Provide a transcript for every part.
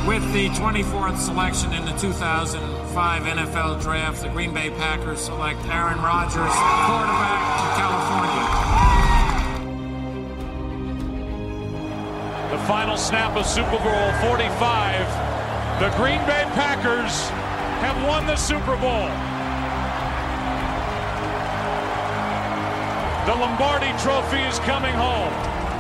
With the 24th selection in the 2005 NFL Draft, the Green Bay Packers select Aaron Rodgers, quarterback of California. The final snap of Super Bowl 45. The Green Bay Packers have won the Super Bowl. The Lombardi Trophy is coming home.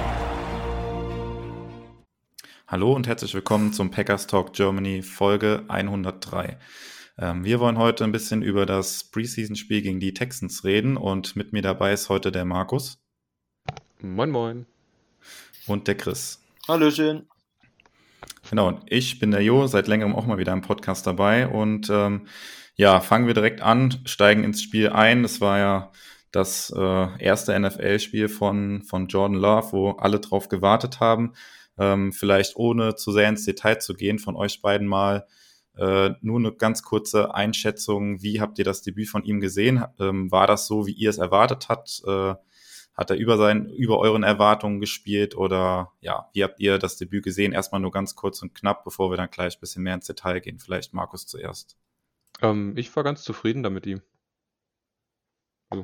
Hallo und herzlich willkommen zum Packers Talk Germany Folge 103. Wir wollen heute ein bisschen über das Preseason-Spiel gegen die Texans reden und mit mir dabei ist heute der Markus. Moin moin. Und der Chris. Hallöchen. Genau, und ich bin der Jo, seit längerem auch mal wieder im Podcast dabei und fangen wir direkt an, steigen ins Spiel ein. Das war ja das erste NFL-Spiel von Jordan Love, wo alle drauf gewartet haben. Vielleicht ohne zu sehr ins Detail zu gehen, von euch beiden mal nur eine ganz kurze Einschätzung. Wie habt ihr das Debüt von ihm gesehen? War das so, wie ihr es erwartet habt? Hat er über euren Erwartungen gespielt oder ja, wie habt ihr das Debüt gesehen? Erstmal nur ganz kurz und knapp, bevor wir dann gleich ein bisschen mehr ins Detail gehen. Vielleicht Markus zuerst. Ich war ganz zufrieden damit ihm. So.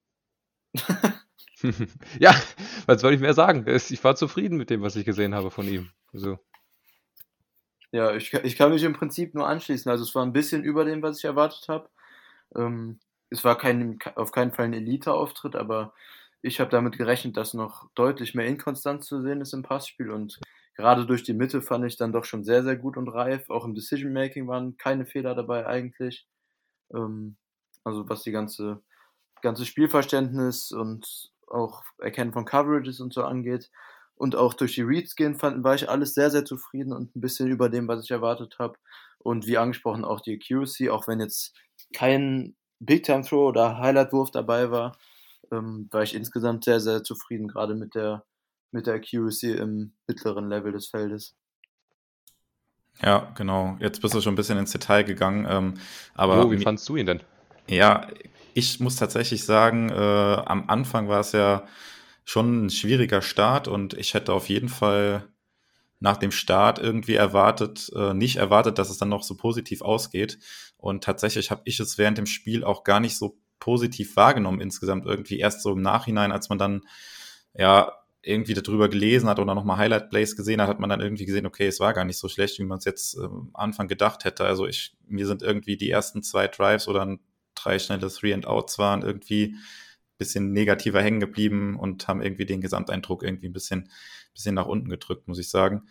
Ja, was soll ich mehr sagen? Ich war zufrieden mit dem, was ich gesehen habe von ihm. So. Ja, ich kann mich im Prinzip nur anschließen. Also es war ein bisschen über dem, was ich erwartet habe. Es war auf keinen Fall ein Elite-Auftritt, aber ich habe damit gerechnet, dass noch deutlich mehr Inkonstanz zu sehen ist im Passspiel. Und gerade durch die Mitte fand ich dann doch schon sehr, sehr gut und reif. Auch im Decision-Making waren keine Fehler dabei eigentlich. Also was die ganze Spielverständnis und auch Erkennen von Coverages und so angeht. Und auch durch die Reads gehen war ich alles sehr, sehr zufrieden und ein bisschen über dem, was ich erwartet habe. Und wie angesprochen auch die Accuracy, auch wenn jetzt kein Big-Time-Throw oder Highlight-Wurf dabei war ich insgesamt sehr, sehr zufrieden, gerade mit der Accuracy im mittleren Level des Feldes. Ja, genau. Jetzt bist du schon ein bisschen ins Detail gegangen. Aber wie fandst du ihn denn? Ja, ich muss tatsächlich sagen, am Anfang war es ja schon ein schwieriger Start und ich hätte auf jeden Fall nach dem Start irgendwie nicht erwartet, dass es dann noch so positiv ausgeht. Und tatsächlich habe ich es während dem Spiel auch gar nicht so positiv wahrgenommen insgesamt irgendwie. Erst so im Nachhinein, als man dann ja irgendwie darüber gelesen hat oder nochmal Highlight-Plays gesehen hat, hat man dann irgendwie gesehen, okay, es war gar nicht so schlecht, wie man es jetzt am Anfang gedacht hätte. Also mir sind irgendwie die ersten 2 Drives oder 3 schnelle 3-and-Outs waren irgendwie ein bisschen negativer hängen geblieben und haben irgendwie den Gesamteindruck irgendwie ein bisschen nach unten gedrückt, muss ich sagen.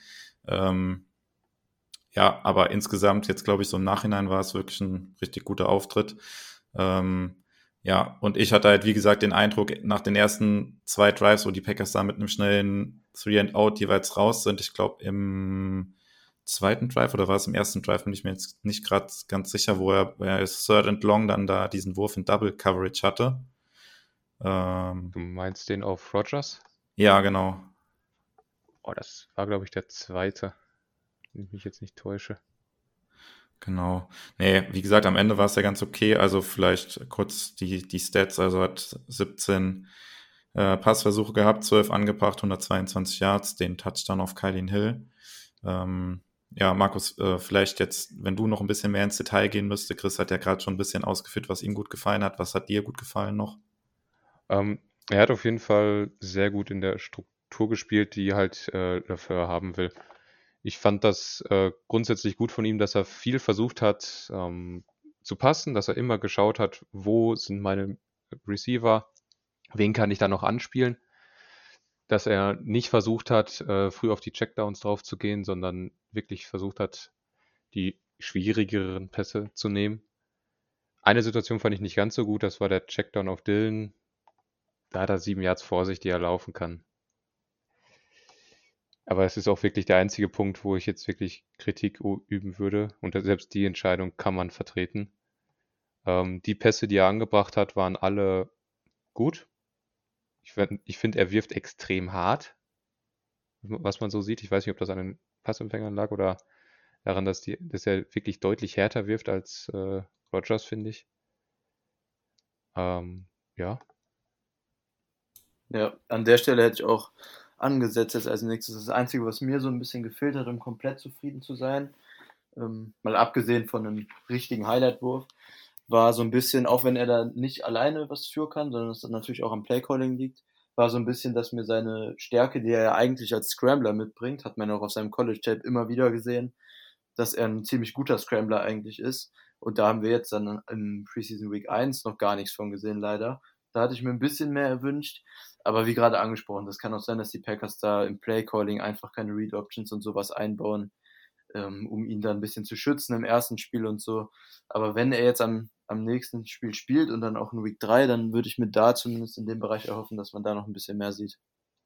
Aber insgesamt jetzt, glaube ich, so im Nachhinein war es wirklich ein richtig guter Auftritt. Und ich hatte halt, wie gesagt, den Eindruck, nach den ersten 2 Drives, wo die Packers da mit einem schnellen 3-and-Out jeweils raus sind, ich glaube im zweiten Drive oder war es im ersten Drive, bin ich mir jetzt nicht gerade ganz sicher, wo er Third and Long dann da diesen Wurf in Double Coverage hatte. Du meinst den auf Rodgers? Ja, genau. Oh, das war, glaube ich, der zweite, wenn ich mich jetzt nicht täusche. Genau. Nee, wie gesagt, am Ende war es ja ganz okay. Also vielleicht kurz die Stats. Also hat 17 Passversuche gehabt, 12 angebracht, 122 Yards, den Touchdown auf Kylin Hill. Markus, vielleicht jetzt, wenn du noch ein bisschen mehr ins Detail gehen müsste. Chris hat ja gerade schon ein bisschen ausgeführt, was ihm gut gefallen hat. Was hat dir gut gefallen noch? Er hat auf jeden Fall sehr gut in der Struktur gespielt, die halt dafür haben will. Ich fand das grundsätzlich gut von ihm, dass er viel versucht hat zu passen, dass er immer geschaut hat, wo sind meine Receiver, wen kann ich da noch anspielen, dass er nicht versucht hat, früh auf die Checkdowns drauf zu gehen, sondern wirklich versucht hat, die schwierigeren Pässe zu nehmen. Eine Situation fand ich nicht ganz so gut, das war der Checkdown auf Dillon. Da hat er 7 Yards vor sich, die er laufen kann. Aber es ist auch wirklich der einzige Punkt, wo ich jetzt wirklich Kritik üben würde. Und selbst die Entscheidung kann man vertreten. Die Pässe, die er angebracht hat, waren alle gut. Ich finde, er wirft extrem hart, was man so sieht. Ich weiß nicht, ob das an den Passempfängern lag oder daran, dass er wirklich deutlich härter wirft als Rodgers, finde ich. Ja, an der Stelle hätte ich auch angesetzt ist als nächstes. Das Einzige, was mir so ein bisschen gefehlt hat, um komplett zufrieden zu sein, mal abgesehen von einem richtigen Highlight-Wurf, war so ein bisschen, auch wenn er da nicht alleine was für kann, sondern es natürlich auch am Playcalling liegt, war so ein bisschen, dass mir seine Stärke, die er ja eigentlich als Scrambler mitbringt, hat man auch auf seinem College-Tape immer wieder gesehen, dass er ein ziemlich guter Scrambler eigentlich ist. Und da haben wir jetzt dann in Preseason Week 1 noch gar nichts von gesehen, leider. Da hatte ich mir ein bisschen mehr erwünscht. Aber wie gerade angesprochen, das kann auch sein, dass die Packers da im Playcalling einfach keine Read-Options und sowas einbauen, um ihn dann ein bisschen zu schützen im ersten Spiel und so. Aber wenn er jetzt am nächsten Spiel spielt und dann auch in Week 3, dann würde ich mir da zumindest in dem Bereich erhoffen, dass man da noch ein bisschen mehr sieht.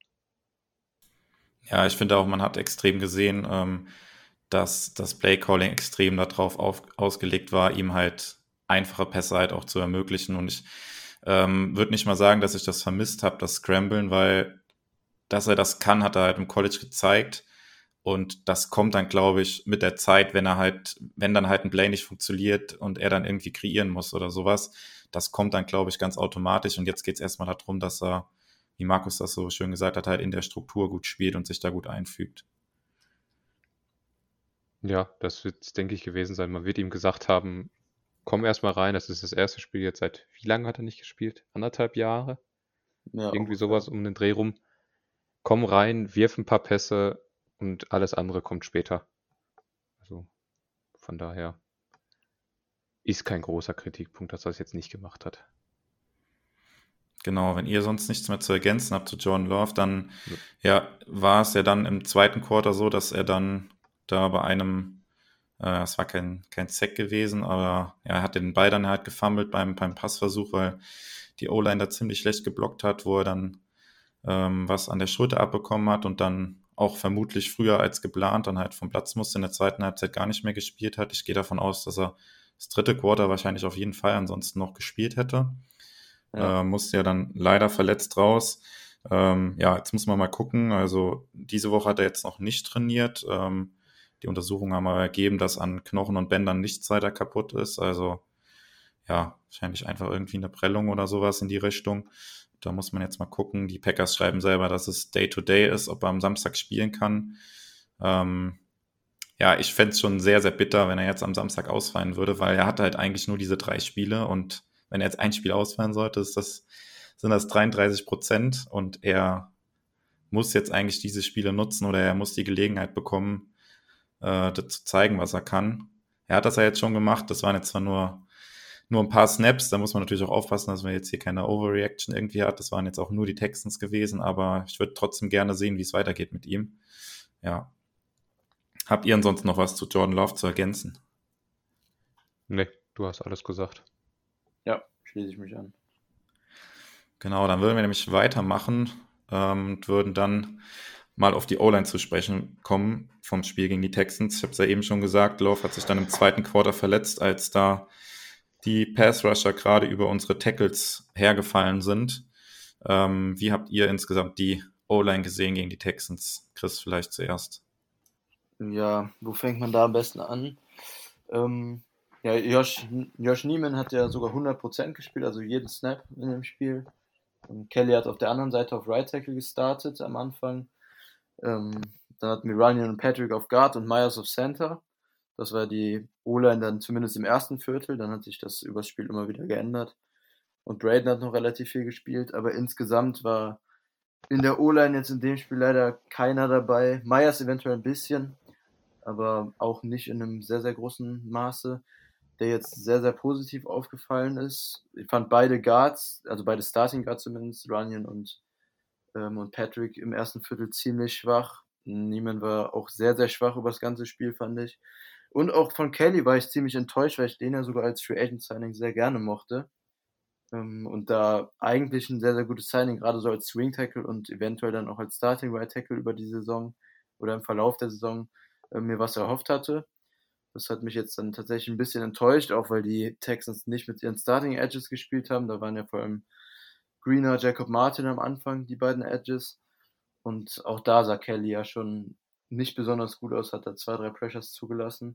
Ja, ich finde auch, man hat extrem gesehen, dass das Playcalling extrem darauf ausgelegt war, ihm halt einfache Pässe halt auch zu ermöglichen. Und ich würde nicht mal sagen, dass ich das vermisst habe, das Scramblen, weil dass er das kann, hat er halt im College gezeigt. Und das kommt dann, glaube ich, mit der Zeit, wenn dann halt ein Play nicht funktioniert und er dann irgendwie kreieren muss oder sowas. Das kommt dann, glaube ich, ganz automatisch. Und jetzt geht es erstmal darum, dass er, wie Markus das so schön gesagt hat, halt in der Struktur gut spielt und sich da gut einfügt. Ja, das wird, denke ich, gewesen sein. Man wird ihm gesagt haben, komm erstmal rein, das ist das erste Spiel jetzt seit, wie lange hat er nicht gespielt? 1,5 Jahre? Ja, Irgendwie auch, sowas um den Dreh rum. Komm rein, wirf ein paar Pässe und alles andere kommt später. Also von daher ist kein großer Kritikpunkt, dass er es jetzt nicht gemacht hat. Genau, wenn ihr sonst nichts mehr zu ergänzen habt zu Jordan Love, dann ja, war es ja dann im zweiten Quarter so, dass er dann da bei einem, es war kein Sack gewesen, aber ja, er hat den Ball dann halt gefummelt beim Passversuch, weil die O-Line da ziemlich schlecht geblockt hat, wo er dann was an der Schulter abbekommen hat und dann auch vermutlich früher als geplant dann halt vom Platz musste, in der zweiten Halbzeit gar nicht mehr gespielt hat. Ich gehe davon aus, dass er das dritte Quarter wahrscheinlich auf jeden Fall ansonsten noch gespielt hätte. Ja. Musste ja dann leider verletzt raus. Ja, jetzt muss man mal gucken. Also diese Woche hat er jetzt noch nicht trainiert. Die Untersuchungen haben aber ergeben, dass an Knochen und Bändern nichts weiter kaputt ist. Also ja, wahrscheinlich einfach irgendwie eine Prellung oder sowas in die Richtung. Da muss man jetzt mal gucken. Die Packers schreiben selber, dass es Day-to-Day ist, ob er am Samstag spielen kann. Ja, ich fände es schon sehr, sehr bitter, wenn er jetzt am Samstag ausfallen würde, weil er hat halt eigentlich nur diese 3 Spiele und wenn er jetzt ein Spiel ausfallen sollte, sind das 33% und er muss jetzt eigentlich diese Spiele nutzen oder er muss die Gelegenheit bekommen, zu zeigen, was er kann. Er hat das ja jetzt schon gemacht, das waren jetzt zwar nur ein paar Snaps, da muss man natürlich auch aufpassen, dass man jetzt hier keine Overreaction irgendwie hat, das waren jetzt auch nur die Texans gewesen, aber ich würde trotzdem gerne sehen, wie es weitergeht mit ihm. Ja. Habt ihr ansonsten noch was zu Jordan Love zu ergänzen? Nee, du hast alles gesagt. Ja, schließe ich mich an. Genau, dann würden wir nämlich weitermachen und würden dann mal auf die O-Line zu sprechen kommen vom Spiel gegen die Texans. Ich habe es ja eben schon gesagt, Love hat sich dann im zweiten Quarter verletzt, als da die Pass-Rusher gerade über unsere Tackles hergefallen sind. Wie habt ihr insgesamt die O-Line gesehen gegen die Texans? Chris, vielleicht zuerst. Ja, wo fängt man da am besten an? Ja, Josh Neiman hat ja sogar 100% gespielt, also jeden Snap in dem Spiel. Und Kelly hat auf der anderen Seite auf Right Tackle gestartet am Anfang. Dann hatten wir Runyon und Patrick auf Guard und Myers auf Center. Das war die O-Line dann zumindest im ersten Viertel. Dann hat sich das übers Spiel immer wieder geändert. Und Braden hat noch relativ viel gespielt, aber insgesamt war in der O-Line jetzt in dem Spiel leider keiner dabei. Myers eventuell ein bisschen, aber auch nicht in einem sehr, sehr großen Maße, der jetzt sehr, sehr positiv aufgefallen ist. Ich fand beide Guards, also beide Starting Guards zumindest, Runyon und Patrick im ersten Viertel ziemlich schwach. Niemand war auch sehr, sehr schwach über das ganze Spiel, fand ich. Und auch von Kelly war ich ziemlich enttäuscht, weil ich den ja sogar als Free Agent Signing sehr gerne mochte. Und da eigentlich ein sehr, sehr gutes Signing, gerade so als Swing Tackle und eventuell dann auch als Starting Right Tackle über die Saison oder im Verlauf der Saison mir was erhofft hatte. Das hat mich jetzt dann tatsächlich ein bisschen enttäuscht, auch weil die Texans nicht mit ihren Starting Edges gespielt haben. Da waren ja vor allem Greener, Jacob Martin am Anfang, die beiden Edges. Und auch da sah Kelly ja schon nicht besonders gut aus, hat da 2, 3 Pressures zugelassen.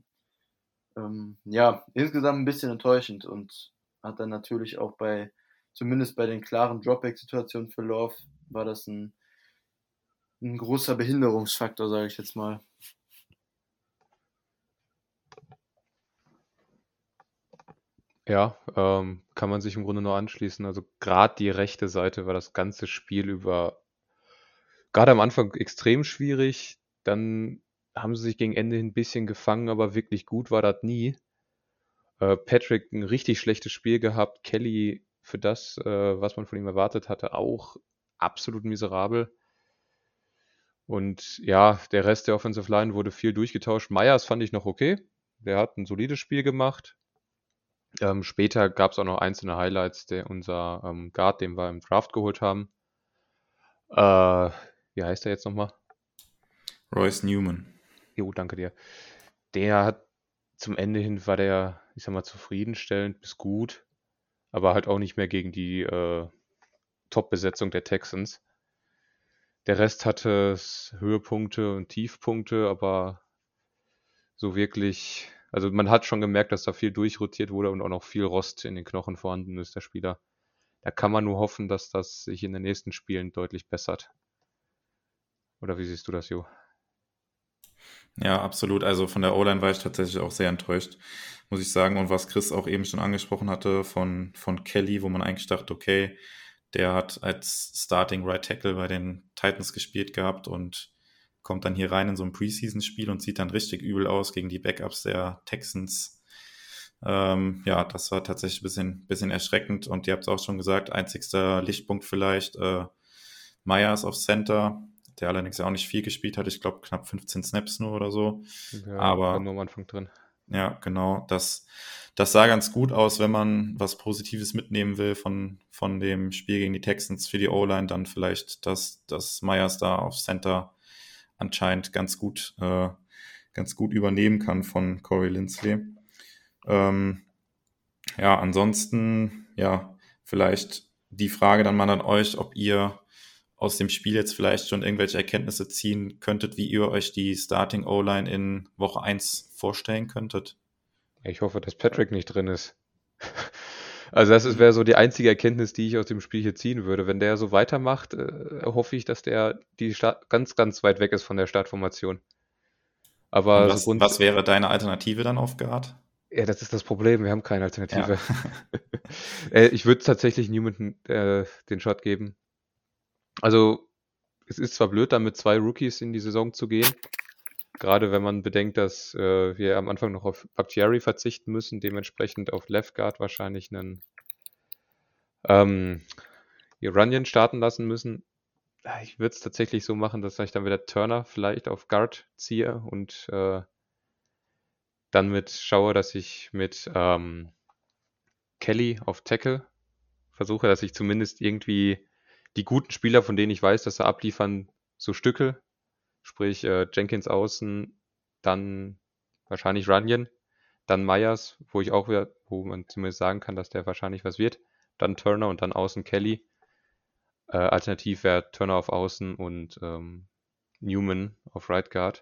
Ja, insgesamt ein bisschen enttäuschend und hat dann natürlich auch zumindest bei den klaren Dropback-Situationen für Love, war das ein ein großer Behinderungsfaktor, sage ich jetzt mal. Ja, kann man sich im Grunde nur anschließen. Also gerade die rechte Seite war das ganze Spiel über gerade am Anfang extrem schwierig. Dann haben sie sich gegen Ende hin ein bisschen gefangen, aber wirklich gut war das nie. Patrick ein richtig schlechtes Spiel gehabt. Kelly für das, was man von ihm erwartet hatte, auch absolut miserabel. Und ja, der Rest der Offensive Line wurde viel durchgetauscht. Myers fand ich noch okay. Der hat ein solides Spiel gemacht. Später gab es auch noch einzelne Highlights, der unser Guard, den wir im Draft geholt haben. Wie heißt der jetzt nochmal? Royce Newman. Jo, danke dir. Der hat zum Ende hin war der, ich sag mal, zufriedenstellend bis gut, aber halt auch nicht mehr gegen die Top-Besetzung der Texans. Der Rest hatte Höhepunkte und Tiefpunkte, aber so wirklich, also man hat schon gemerkt, dass da viel durchrotiert wurde und auch noch viel Rost in den Knochen vorhanden ist, der Spieler. Da kann man nur hoffen, dass das sich in den nächsten Spielen deutlich bessert. Oder wie siehst du das, Jo? Ja, absolut. Also von der O-Line war ich tatsächlich auch sehr enttäuscht, muss ich sagen. Und was Chris auch eben schon angesprochen hatte von Kelly, wo man eigentlich dachte, okay, der hat als Starting Right Tackle bei den Titans gespielt gehabt und kommt dann hier rein in so ein Preseason-Spiel und sieht dann richtig übel aus gegen die Backups der Texans. Ja, das war tatsächlich ein bisschen erschreckend. Und ihr habt es auch schon gesagt, einzigster Lichtpunkt vielleicht, Myers auf Center, der allerdings ja auch nicht viel gespielt hat. Ich glaube, knapp 15 Snaps nur oder so. Ja, Aber war nur am Anfang drin. ja, genau. Das sah ganz gut aus, wenn man was Positives mitnehmen will von dem Spiel gegen die Texans für die O-Line, dann vielleicht, dass Myers da auf Center anscheinend ganz gut übernehmen kann von Corey Linsley. Ja, ansonsten, ja, vielleicht die Frage dann mal an euch, ob ihr aus dem Spiel jetzt vielleicht schon irgendwelche Erkenntnisse ziehen könntet, wie ihr euch die Starting O-Line in Woche 1 vorstellen könntet. Ich hoffe, dass Patrick nicht drin ist. Also das wäre so die einzige Erkenntnis, die ich aus dem Spiel hier ziehen würde. Wenn der so weitermacht, hoffe ich, dass der ganz, ganz weit weg ist von der Startformation. Aber Und was wäre deine Alternative dann auf Guard? Ja, das ist das Problem. Wir haben keine Alternative. Ja. Ich würde tatsächlich Newman den Shot geben. Also es ist zwar blöd, dann mit 2 Rookies in die Saison zu gehen, gerade wenn man bedenkt, dass wir am Anfang noch auf Bakhtiari verzichten müssen, dementsprechend auf Left Guard wahrscheinlich einen Runyon starten lassen müssen. Ich würde es tatsächlich so machen, dass ich dann wieder Turner vielleicht auf Guard ziehe und dann schaue, dass ich mit Kelly auf Tackle versuche, dass ich zumindest irgendwie die guten Spieler, von denen ich weiß, dass sie abliefern, so stücke. Sprich Jenkins außen, dann wahrscheinlich Runyon, dann Myers, wo man zumindest sagen kann, dass der wahrscheinlich was wird, dann Turner und dann außen Kelly. Alternativ wäre Turner auf Außen und Newman auf Right Guard.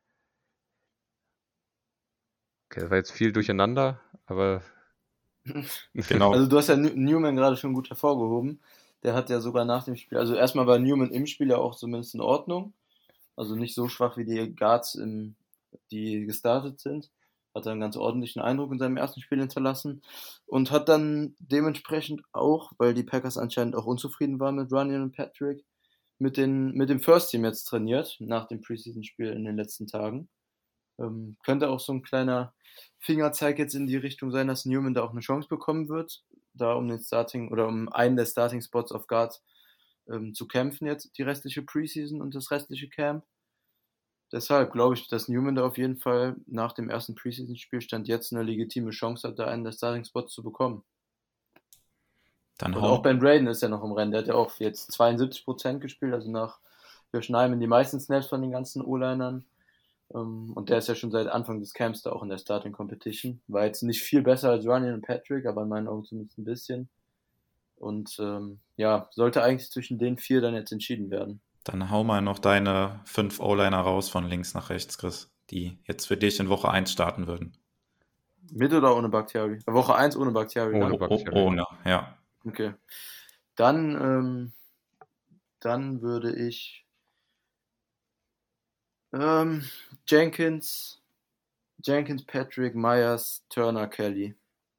Okay, das war jetzt viel durcheinander, aber Genau. Also du hast ja Newman gerade schon gut hervorgehoben. Der hat ja sogar nach dem Spiel, also erstmal war Newman im Spiel ja auch zumindest in Ordnung. Also nicht so schwach wie die Guards, die gestartet sind. Hat einen ganz ordentlichen Eindruck in seinem ersten Spiel hinterlassen. Und hat dann dementsprechend auch, weil die Packers anscheinend auch unzufrieden waren mit Runyon und Patrick, mit dem First Team jetzt trainiert, nach dem Preseason-Spiel in den letzten Tagen. Könnte auch so ein kleiner Fingerzeig jetzt in die Richtung sein, dass Newman da auch eine Chance bekommen wird, da um einen der Starting-Spots auf Guard zu kämpfen jetzt, die restliche Preseason und das restliche Camp. Deshalb glaube ich, dass Newman da auf jeden Fall nach dem ersten Preseason-Spielstand jetzt eine legitime Chance hat, da einen der Starting-Spots zu bekommen. Und auch Ben Braden ist ja noch im Rennen, der hat ja auch jetzt 72% gespielt, also nach Josh Nijman die meisten Snaps von den ganzen O-Linern. Und der ist ja schon seit Anfang des Camps da auch in der Starting Competition. War jetzt nicht viel besser als Runyon und Patrick, aber in meinen Augen zumindest ein bisschen. Und ja, sollte eigentlich zwischen den 4 dann jetzt entschieden werden. Dann hau mal noch deine 5 O-Liner raus von links nach rechts, Chris, die jetzt für dich in Woche 1 starten würden. Mit oder ohne Bakhtiari? Woche 1 ohne Bakhtiari? Ohne, ja. Okay. Dann würde ich Jenkins, Patrick, Myers, Turner, Kelly.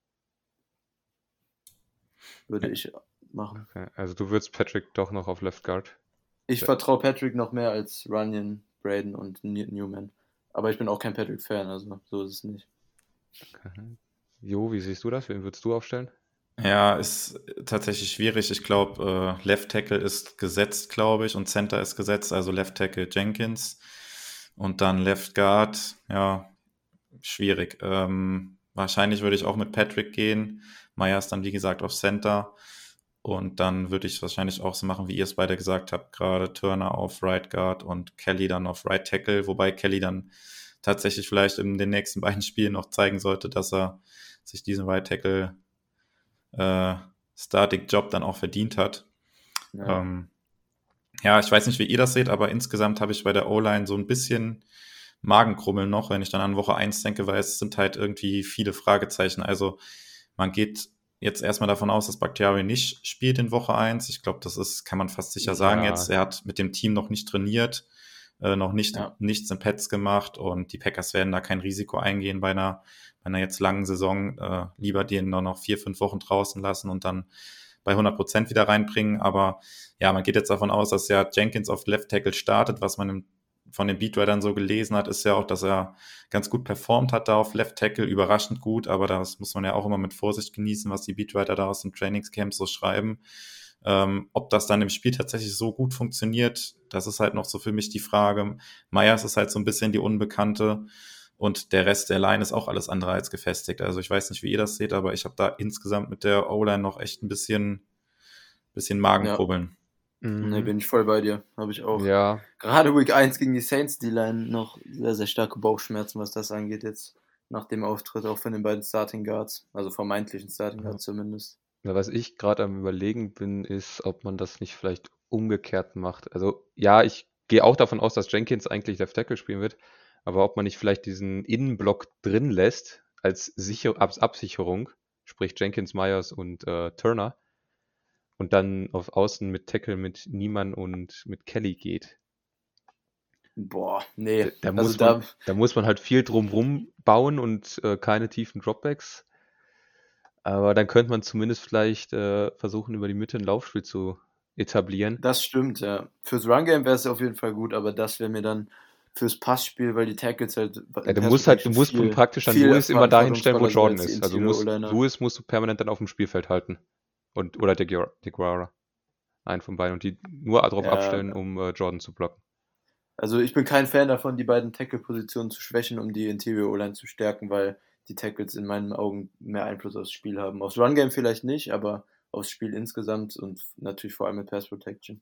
Würde ich machen. Okay. Also du würdest Patrick doch noch auf Left Guard. Ich vertraue Patrick noch mehr als Runyon, Braden und Newman. Aber ich bin auch kein Patrick-Fan, also so ist es nicht. Okay. Jo, wie siehst du das? Wen würdest du aufstellen? Ja, ist tatsächlich schwierig. Ich glaube, Left Tackle ist gesetzt, glaube ich, und Center ist gesetzt, also Left Tackle Jenkins und dann Left Guard, ja, schwierig. Wahrscheinlich würde ich auch mit Patrick gehen. Myers dann, wie gesagt, auf Center. Und dann würde ich es wahrscheinlich auch so machen, wie ihr es beide gesagt habt, gerade Turner auf Right Guard und Kelly dann auf Right Tackle, wobei Kelly dann tatsächlich vielleicht in den nächsten beiden Spielen noch zeigen sollte, dass er sich diesen Right Tackle Starting-Job dann auch verdient hat. Ja. Ja, ich weiß nicht, wie ihr das seht, aber insgesamt habe ich bei der O-Line so ein bisschen Magenkrummeln noch, wenn ich dann an Woche 1 denke, weil es sind halt irgendwie viele Fragezeichen. Also man geht jetzt erstmal davon aus, dass Bakhtiari nicht spielt in Woche 1. Ich glaube, das ist, kann man fast sicher sagen Ja. jetzt. Er hat mit dem Team noch nicht trainiert, noch nichts in Pads gemacht und die Packers werden da kein Risiko eingehen bei einer jetzt langen Saison. Lieber den noch 4-5 Wochen draußen lassen und dann bei 100% wieder reinbringen. Aber ja, man geht jetzt davon aus, dass ja Jenkins auf Left Tackle startet. Was man von den Beatwritern so gelesen hat, ist ja auch, dass er ganz gut performt hat da auf Left Tackle, überraschend gut, aber das muss man ja auch immer mit Vorsicht genießen, was die Beatwriter da aus dem Trainingscamp so schreiben. Ob das dann im Spiel tatsächlich so gut funktioniert, das ist halt noch so für mich die Frage. Myers ist halt so ein bisschen die Unbekannte und der Rest der Line ist auch alles andere als gefestigt. Also ich weiß nicht, wie ihr das seht, aber ich habe da insgesamt mit der O-Line noch echt ein bisschen Magenkrummeln. Ne, bin ich voll bei dir. Habe ich auch. Ja, Gerade Week 1 gegen die Saints, die Line noch sehr, sehr starke Bauchschmerzen, was das angeht jetzt. Nach dem Auftritt auch von den beiden Starting Guards. Also vermeintlichen Starting Guards zumindest. Ja, was ich gerade am Überlegen bin, ist, ob man das nicht vielleicht umgekehrt macht. Also ja, ich gehe auch davon aus, dass Jenkins eigentlich Left Tackle spielen wird, aber ob man nicht vielleicht diesen Innenblock drin lässt als Absicherung, sprich Jenkins, Myers und Turner, und dann auf Außen mit Tackle mit Niemann und mit Kelly geht. Boah, nee. Da Also muss man halt viel drumrum bauen und keine tiefen Dropbacks. Aber dann könnte man zumindest vielleicht versuchen, über die Mitte ein Laufspiel zu etablieren. Das stimmt, ja. Fürs Run-Game wäre es auf jeden Fall gut, aber das wäre mir dann fürs Passspiel, weil die Tackles halt. Ja, du musst praktisch dann Lewis immer dahin stellen, wo Jordan ist. Also Lewis musst du permanent dann auf dem Spielfeld halten. Oder DeGuara. Einen von beiden. Und die nur drauf abstellen, um Jordan zu blocken. Also ich bin kein Fan davon, die beiden Tackle-Positionen zu schwächen, um die Interior O-Line zu stärken, weil die Tackles in meinen Augen mehr Einfluss aufs Spiel haben. Aufs Run-Game vielleicht nicht, aber aufs Spiel insgesamt und natürlich vor allem mit Pass Protection.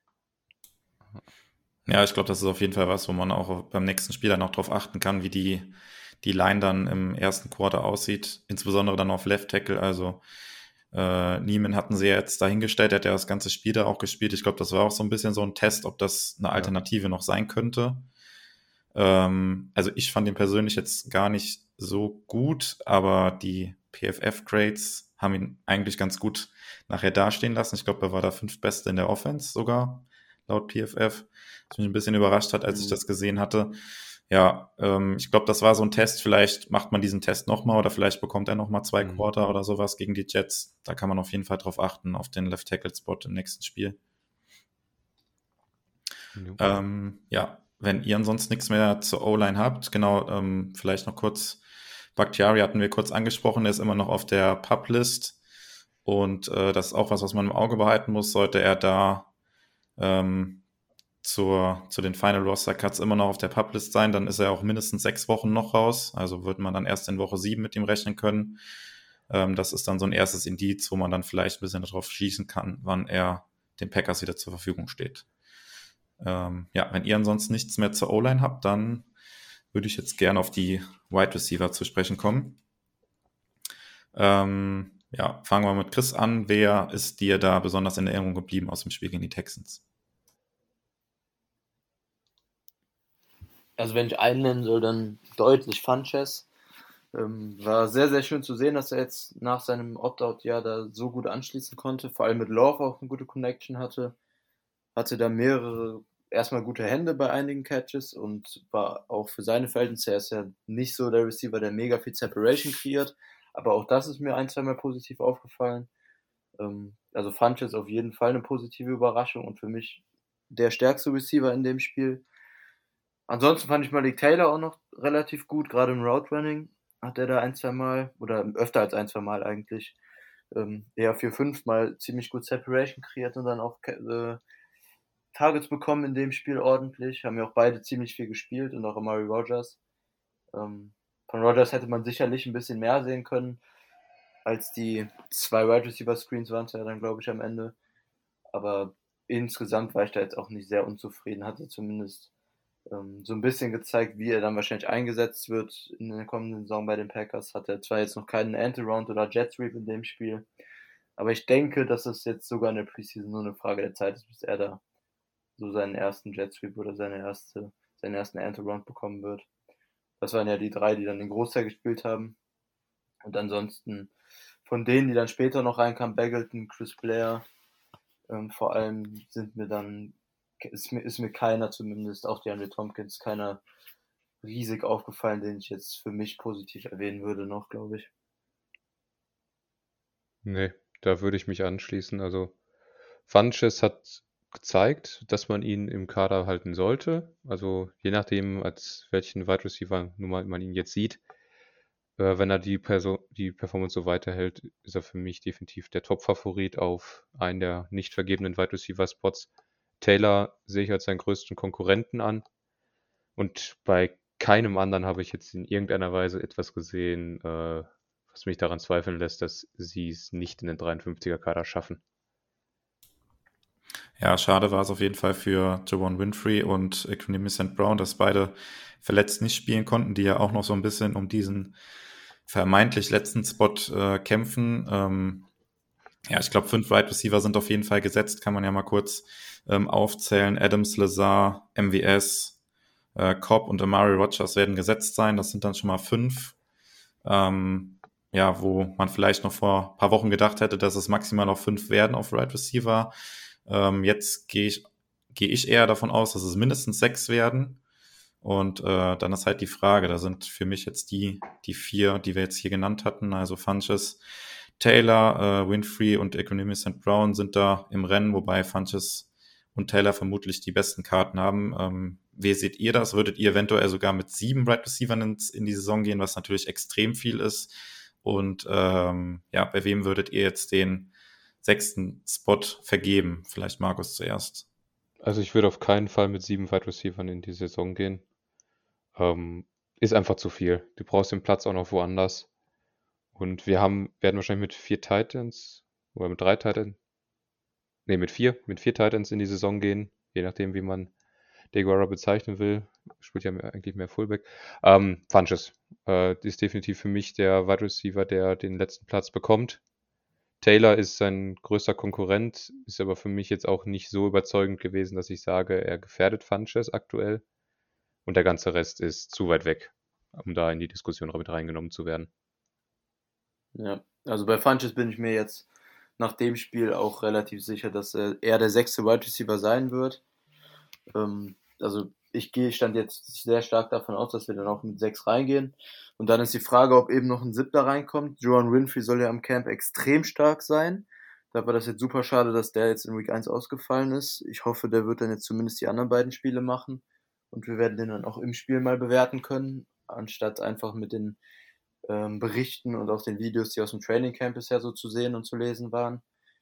Ja, ich glaube, das ist auf jeden Fall was, wo man auch beim nächsten Spiel dann noch drauf achten kann, wie die Line dann im ersten Quarter aussieht, insbesondere dann auf Left Tackle. Also Niemann hatten sie ja jetzt dahingestellt, der hat ja das ganze Spiel da auch gespielt. Ich glaube, das war auch so ein bisschen so ein Test, ob das eine Alternative noch sein könnte. Also ich fand ihn persönlich jetzt gar nicht so gut, aber die PFF-Grades haben ihn eigentlich ganz gut nachher dastehen lassen. Ich glaube, er war da 5. Beste in der Offense sogar, laut PFF. Was mich ein bisschen überrascht hat, als ich das gesehen hatte. Ja, ich glaube, das war so ein Test. Vielleicht macht man diesen Test nochmal oder vielleicht bekommt er nochmal 2 Quarter oder sowas gegen die Jets. Da kann man auf jeden Fall drauf achten, auf den Left-Tackle-Spot im nächsten Spiel. Ja, wenn ihr ansonsten nichts mehr zur O-Line habt, genau, vielleicht noch kurz, Bakhtiari hatten wir kurz angesprochen, der ist immer noch auf der PUP-List und das ist auch was man im Auge behalten muss, sollte er da zu den Final Roster Cuts immer noch auf der PUP-List sein, dann ist er auch mindestens 6 Wochen noch raus, also wird man dann erst in Woche 7 mit ihm rechnen können. Das ist dann so ein erstes Indiz, wo man dann vielleicht ein bisschen darauf schießen kann, wann er den Packers wieder zur Verfügung steht. Ja, wenn ihr ansonsten nichts mehr zur O-Line habt, dann würde ich jetzt gerne auf die Wide Receiver zu sprechen kommen. Ja, fangen wir mit Chris an. Wer ist dir da besonders in Erinnerung geblieben aus dem Spiel gegen die Texans? Also wenn ich einen nennen soll, dann deutlich Funchess. War sehr, sehr schön zu sehen, dass er jetzt nach seinem Opt-out-Jahr da so gut anschließen konnte. Vor allem mit Love auch eine gute Connection hatte. Hatte da mehrere erstmal gute Hände bei einigen Catches und war auch für seine Verhältnisse, er ist ja nicht so der Receiver, der mega viel Separation kreiert, aber auch das ist mir ein, zweimal positiv aufgefallen. Also Funches auf jeden Fall eine positive Überraschung und für mich der stärkste Receiver in dem Spiel. Ansonsten fand ich Malik Taylor auch noch relativ gut, gerade im Route Running hat er da ein, zwei Mal oder öfter als ein, zwei Mal eigentlich eher 4-5 Mal ziemlich gut Separation kreiert und dann auch Targets bekommen in dem Spiel ordentlich. Haben ja auch beide ziemlich viel gespielt und auch Amari Rogers. Von Rogers hätte man sicherlich ein bisschen mehr sehen können als die 2 Wide Receiver Screens waren es ja dann, glaube ich, am Ende. Aber insgesamt war ich da jetzt auch nicht sehr unzufrieden. Hatte zumindest so ein bisschen gezeigt, wie er dann wahrscheinlich eingesetzt wird in der kommenden Saison bei den Packers. Hat er zwar jetzt noch keinen Anti-Round oder Jet Sweep in dem Spiel, aber ich denke, dass es jetzt sogar in der Preseason nur eine Frage der Zeit ist, bis er da so seinen ersten Jet Sweep oder seinen ersten Anti-Round bekommen wird. Das waren ja die 3, die dann den Großteil gespielt haben. Und ansonsten von denen, die dann später noch reinkamen, Bagleton, Chris Blair, vor allem ist mir keiner zumindest, auch DeAndre Tompkins, keiner riesig aufgefallen, den ich jetzt für mich positiv erwähnen würde noch, glaube ich. Nee, da würde ich mich anschließen. Also Funches hat gezeigt, dass man ihn im Kader halten sollte. Also je nachdem, als welchen Wide Receiver Nummer man ihn jetzt sieht, wenn er die Performance so weiterhält, ist er für mich definitiv der Top-Favorit auf einen der nicht vergebenen Wide Receiver-Spots. Taylor sehe ich als seinen größten Konkurrenten an. Und bei keinem anderen habe ich jetzt in irgendeiner Weise etwas gesehen, was mich daran zweifeln lässt, dass sie es nicht in den 53er-Kader schaffen. Ja, schade war es auf jeden Fall für Juwan Winfrey und Equanimeous St. Brown, dass beide verletzt nicht spielen konnten, die ja auch noch so ein bisschen um diesen vermeintlich letzten Spot kämpfen. Ja, ich glaube, 5 Wide Receiver sind auf jeden Fall gesetzt, kann man ja mal kurz aufzählen. Adams, Lazar, MVS, Cobb und Amari Rogers werden gesetzt sein. Das sind dann schon mal 5. Ja, wo man vielleicht noch vor ein paar Wochen gedacht hätte, dass es maximal noch 5 werden auf Wide Receiver. Jetzt gehe ich eher davon aus, dass es mindestens 6 werden. Und dann ist halt die Frage, da sind für mich jetzt die 4, die wir jetzt hier genannt hatten, also Funches, Taylor, Winfrey und Equanimeous St. Brown sind da im Rennen, wobei Funches und Taylor vermutlich die besten Karten haben. Wie seht ihr das? Würdet ihr eventuell sogar mit 7 Wide Receivern in die Saison gehen, was natürlich extrem viel ist? Und ja, bei wem würdet ihr jetzt den 6. Spot vergeben? Vielleicht Markus zuerst. Also ich würde auf keinen Fall mit 7 Wide Receivern in die Saison gehen. Ist einfach zu viel. Du brauchst den Platz auch noch woanders. Und wir werden wahrscheinlich mit 4 Titans oder mit 3 Titans, mit 4 Titans in die Saison gehen, je nachdem, wie man Deguara bezeichnen will. Spielt ja eigentlich mehr Fullback. Funches ist definitiv für mich der Wide Receiver, der den letzten Platz bekommt. Taylor ist sein größter Konkurrent, ist aber für mich jetzt auch nicht so überzeugend gewesen, dass ich sage, er gefährdet Funches aktuell. Und der ganze Rest ist zu weit weg, um da in die Diskussion mit reingenommen zu werden. Ja, also bei Funches bin ich mir jetzt nach dem Spiel auch relativ sicher, dass er eher der 6. Wide Receiver sein wird. Also ich stand jetzt sehr stark davon aus, dass wir dann auch mit 6 reingehen. Und dann ist die Frage, ob eben noch ein 7. reinkommt. Juwan Winfrey soll ja am Camp extrem stark sein. Da war das jetzt super schade, dass der jetzt in Week 1 ausgefallen ist. Ich hoffe, der wird dann jetzt zumindest die anderen beiden Spiele machen. Und wir werden den dann auch im Spiel mal bewerten können, anstatt einfach mit den Berichten und auch den Videos, die aus dem Training Camp bisher so zu sehen und zu lesen waren.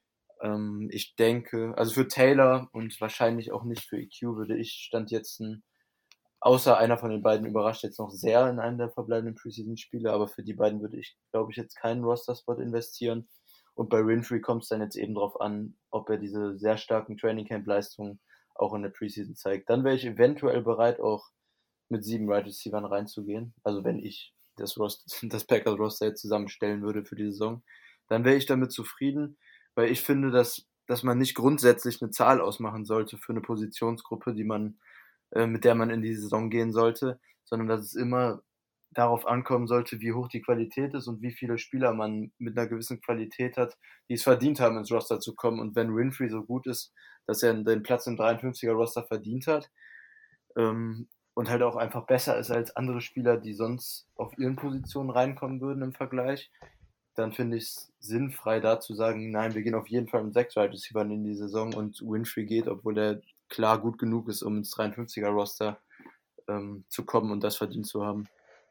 Ich denke, also für Taylor und wahrscheinlich auch nicht für EQ würde ich Stand jetzt außer einer von den beiden überrascht jetzt noch sehr in einem der verbleibenden Preseason-Spiele, aber für die beiden würde ich, glaube ich, jetzt keinen Roster-Spot investieren. Und bei Winfrey kommt es dann jetzt eben drauf an, ob er diese sehr starken Training Camp-Leistungen auch in der Preseason zeigt. Dann wäre ich eventuell bereit, auch mit 7 Wide Receivern reinzugehen. Also wenn ich das Packers-Roster jetzt zusammenstellen würde für die Saison, dann wäre ich damit zufrieden, weil ich finde, dass man nicht grundsätzlich eine Zahl ausmachen sollte für eine Positionsgruppe, mit der man in die Saison gehen sollte, sondern dass es immer darauf ankommen sollte, wie hoch die Qualität ist und wie viele Spieler man mit einer gewissen Qualität hat, die es verdient haben, ins Roster zu kommen. Und wenn Winfrey so gut ist, dass er den Platz im 53er-Roster verdient hat, und halt auch einfach besser ist als andere Spieler, die sonst auf ihren Positionen reinkommen würden im Vergleich, dann finde ich es sinnfrei, da zu sagen, nein, wir gehen auf jeden Fall mit 6 Wide Receivers in die Saison und Winfrey geht, obwohl er klar gut genug ist, um ins 53er-Roster zu kommen und das verdient zu haben.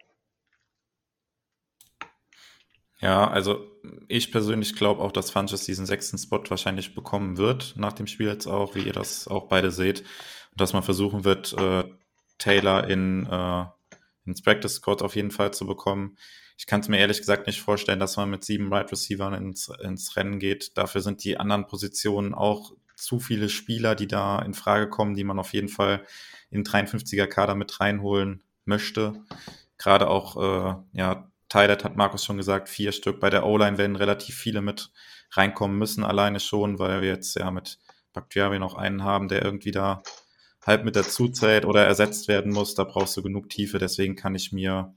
Ja, also ich persönlich glaube auch, dass Funchess diesen 6. Spot wahrscheinlich bekommen wird, nach dem Spiel jetzt auch, wie ihr das auch beide seht. Und dass man versuchen wird, Taylor ins Practice Squad auf jeden Fall zu bekommen. Ich kann es mir ehrlich gesagt nicht vorstellen, dass man mit 7 Wide Receivers ins Rennen geht. Dafür sind die anderen Positionen auch zu viele Spieler, die da in Frage kommen, die man auf jeden Fall in 53er Kader mit reinholen möchte. Gerade auch, Tyler hat Markus schon gesagt, 4 Stück. Bei der O-Line werden relativ viele mit reinkommen müssen, alleine schon, weil wir jetzt ja mit Bakhtiari noch einen haben, der irgendwie da halb mit dazu zählt oder ersetzt werden muss. Da brauchst du genug Tiefe, deswegen kann ich mir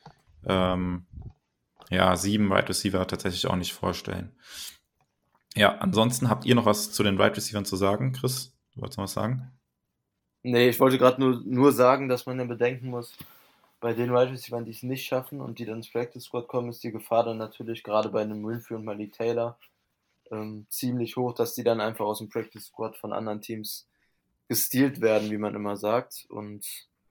7 Wide Receiver tatsächlich auch nicht vorstellen. Ja, ansonsten habt ihr noch was zu den Wide Receivern zu sagen? Chris, du wolltest noch was sagen? Nee, ich wollte gerade nur sagen, dass man ja bedenken muss, bei den Wide Receivers, die es nicht schaffen und die dann ins Practice Squad kommen, ist die Gefahr dann natürlich gerade bei einem Winfrey und Malik Taylor ziemlich hoch, dass die dann einfach aus dem Practice Squad von anderen Teams gestealt werden, wie man immer sagt. Und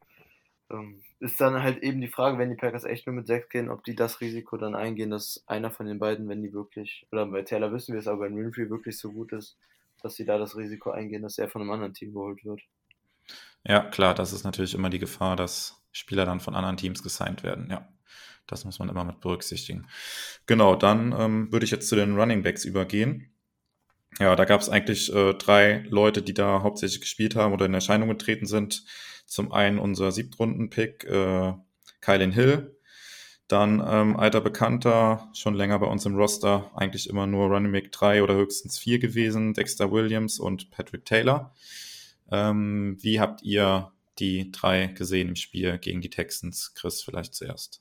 ist dann halt eben die Frage, wenn die Packers echt nur mit 6 gehen, ob die das Risiko dann eingehen, dass einer von den beiden, wenn die wirklich, oder bei Taylor wissen wir es, aber wenn Winfrey wirklich so gut ist, dass sie da das Risiko eingehen, dass er von einem anderen Team geholt wird. Ja, klar, das ist natürlich immer die Gefahr, dass Spieler dann von anderen Teams gesigned werden. Ja, das muss man immer mit berücksichtigen. Genau, dann würde ich jetzt zu den Running Backs übergehen. Ja, da gab es eigentlich 3 Leute, die da hauptsächlich gespielt haben oder in Erscheinung getreten sind. Zum einen unser 7-Runden-Pick, Kylin Hill. Dann alter Bekannter, schon länger bei uns im Roster, eigentlich immer nur Running Back 3 oder höchstens 4 gewesen, Dexter Williams und Patrick Taylor. Wie habt ihr die 3 gesehen im Spiel gegen die Texans? Chris, vielleicht zuerst.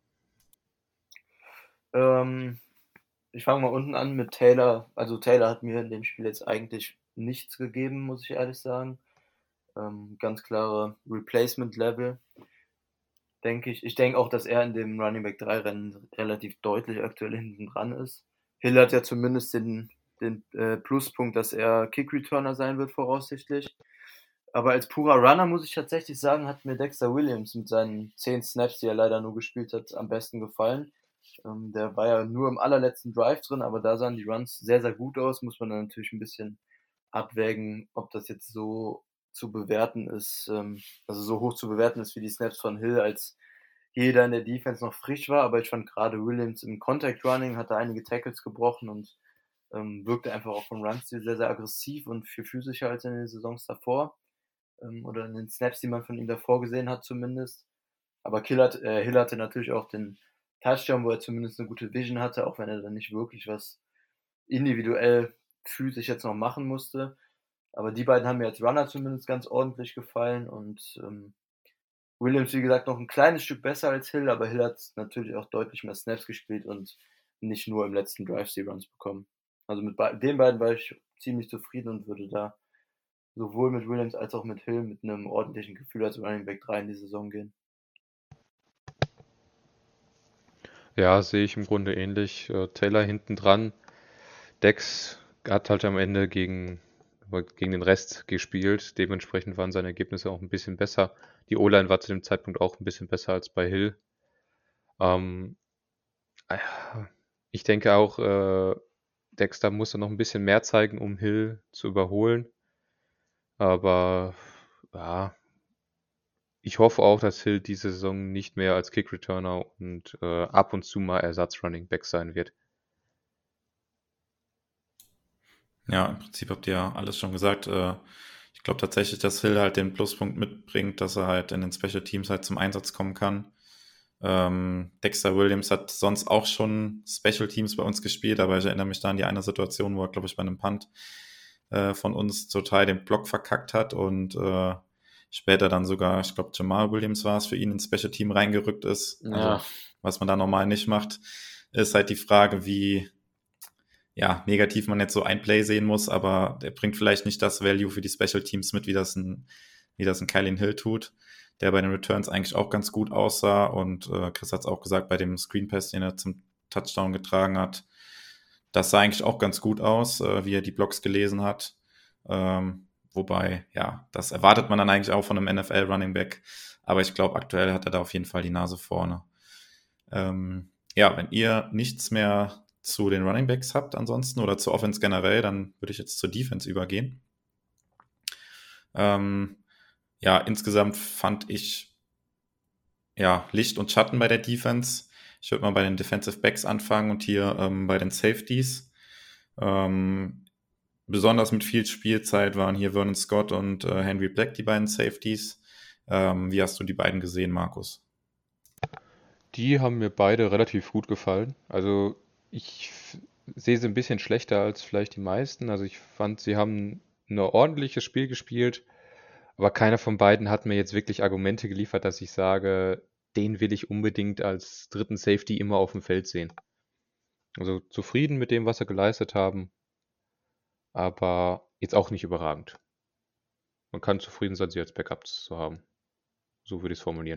Ich fange mal unten an mit Taylor. Also Taylor hat mir in dem Spiel jetzt eigentlich nichts gegeben, muss ich ehrlich sagen. Ganz klare Replacement-Level, denke ich. Ich denke auch, dass er in dem Running Back 3 Rennen relativ deutlich aktuell hinten dran ist. Hill hat ja zumindest den Pluspunkt, dass er Kick-Returner sein wird, voraussichtlich. Aber als purer Runner muss ich tatsächlich sagen, hat mir Dexter Williams mit seinen 10 Snaps, die er leider nur gespielt hat, am besten gefallen. Der war ja nur im allerletzten Drive drin, aber da sahen die Runs sehr, sehr gut aus. Muss man dann natürlich ein bisschen abwägen, ob das jetzt so zu bewerten ist, also so hoch zu bewerten ist wie die Snaps von Hill, als jeder in der Defense noch frisch war. Aber ich fand gerade Williams im Contact Running hat da einige Tackles gebrochen und wirkte einfach auch vom Run-Stil sehr, sehr aggressiv und viel physischer als in den Saisons davor. Oder in den Snaps, die man von ihm davor gesehen hat zumindest. Aber Hill hatte natürlich auch den Touchdown, wo er zumindest eine gute Vision hatte, auch wenn er dann nicht wirklich was individuell physisch jetzt noch machen musste. Aber die beiden haben mir als Runner zumindest ganz ordentlich gefallen und Williams, wie gesagt, noch ein kleines Stück besser als Hill, aber Hill hat natürlich auch deutlich mehr Snaps gespielt und nicht nur im letzten Drive die Runs bekommen. Also mit den beiden war ich ziemlich zufrieden und würde da sowohl mit Williams als auch mit Hill mit einem ordentlichen Gefühl als Running Back 3 in die Saison gehen. Ja, sehe ich im Grunde ähnlich. Taylor hinten dran. Dex hat halt am Ende gegen den Rest gespielt. Dementsprechend waren seine Ergebnisse auch ein bisschen besser. Die O-Line war zu dem Zeitpunkt auch ein bisschen besser als bei Hill. Ich denke auch, Dexter muss noch ein bisschen mehr zeigen, um Hill zu überholen. Aber ja, ich hoffe auch, dass Hill diese Saison nicht mehr als Kick-Returner und ab und zu mal Ersatz-Running-Back sein wird. Ja, im Prinzip habt ihr ja alles schon gesagt. Ich glaube tatsächlich, dass Hill halt den Pluspunkt mitbringt, dass er halt in den Special Teams halt zum Einsatz kommen kann. Dexter Williams hat sonst auch schon Special Teams bei uns gespielt, aber ich erinnere mich da an die eine Situation, wo er, glaube ich, bei einem Punt von uns total den Block verkackt hat und später dann sogar, ich glaube, Jamal Williams war es, für ihn ins Special Team reingerückt ist. Also, was man da normal nicht macht, ist halt die Frage, wie negativ man jetzt so ein Play sehen muss, aber der bringt vielleicht nicht das Value für die Special Teams mit, wie das ein Kylin Hill tut, der bei den Returns eigentlich auch ganz gut aussah, und Chris hat es auch gesagt, bei dem Screen Pass, den er zum Touchdown getragen hat, das sah eigentlich auch ganz gut aus, wie er die Blocks gelesen hat. Wobei, das erwartet man dann eigentlich auch von einem NFL Running Back, aber ich glaube, aktuell hat er da auf jeden Fall die Nase vorne. Wenn ihr nichts mehr zu den Running Backs habt ansonsten oder zur Offense generell, dann würde ich jetzt zur Defense übergehen. Insgesamt fand ich Licht und Schatten bei der Defense. Ich würde mal bei den Defensive Backs anfangen und hier bei den Safeties. Besonders mit viel Spielzeit waren hier Vernon Scott und Henry Black die beiden Safeties. Wie hast du die beiden gesehen, Markus? Die haben mir beide relativ gut gefallen. Also ich sehe sie ein bisschen schlechter als vielleicht die meisten. Also ich fand, sie haben ein ordentliches Spiel gespielt, aber keiner von beiden hat mir jetzt wirklich Argumente geliefert, dass ich sage, den will ich unbedingt als dritten Safety immer auf dem Feld sehen. Also zufrieden mit dem, was sie geleistet haben, aber jetzt auch nicht überragend. Man kann zufrieden sein, sie als Backups zu haben. So würde ich es formulieren.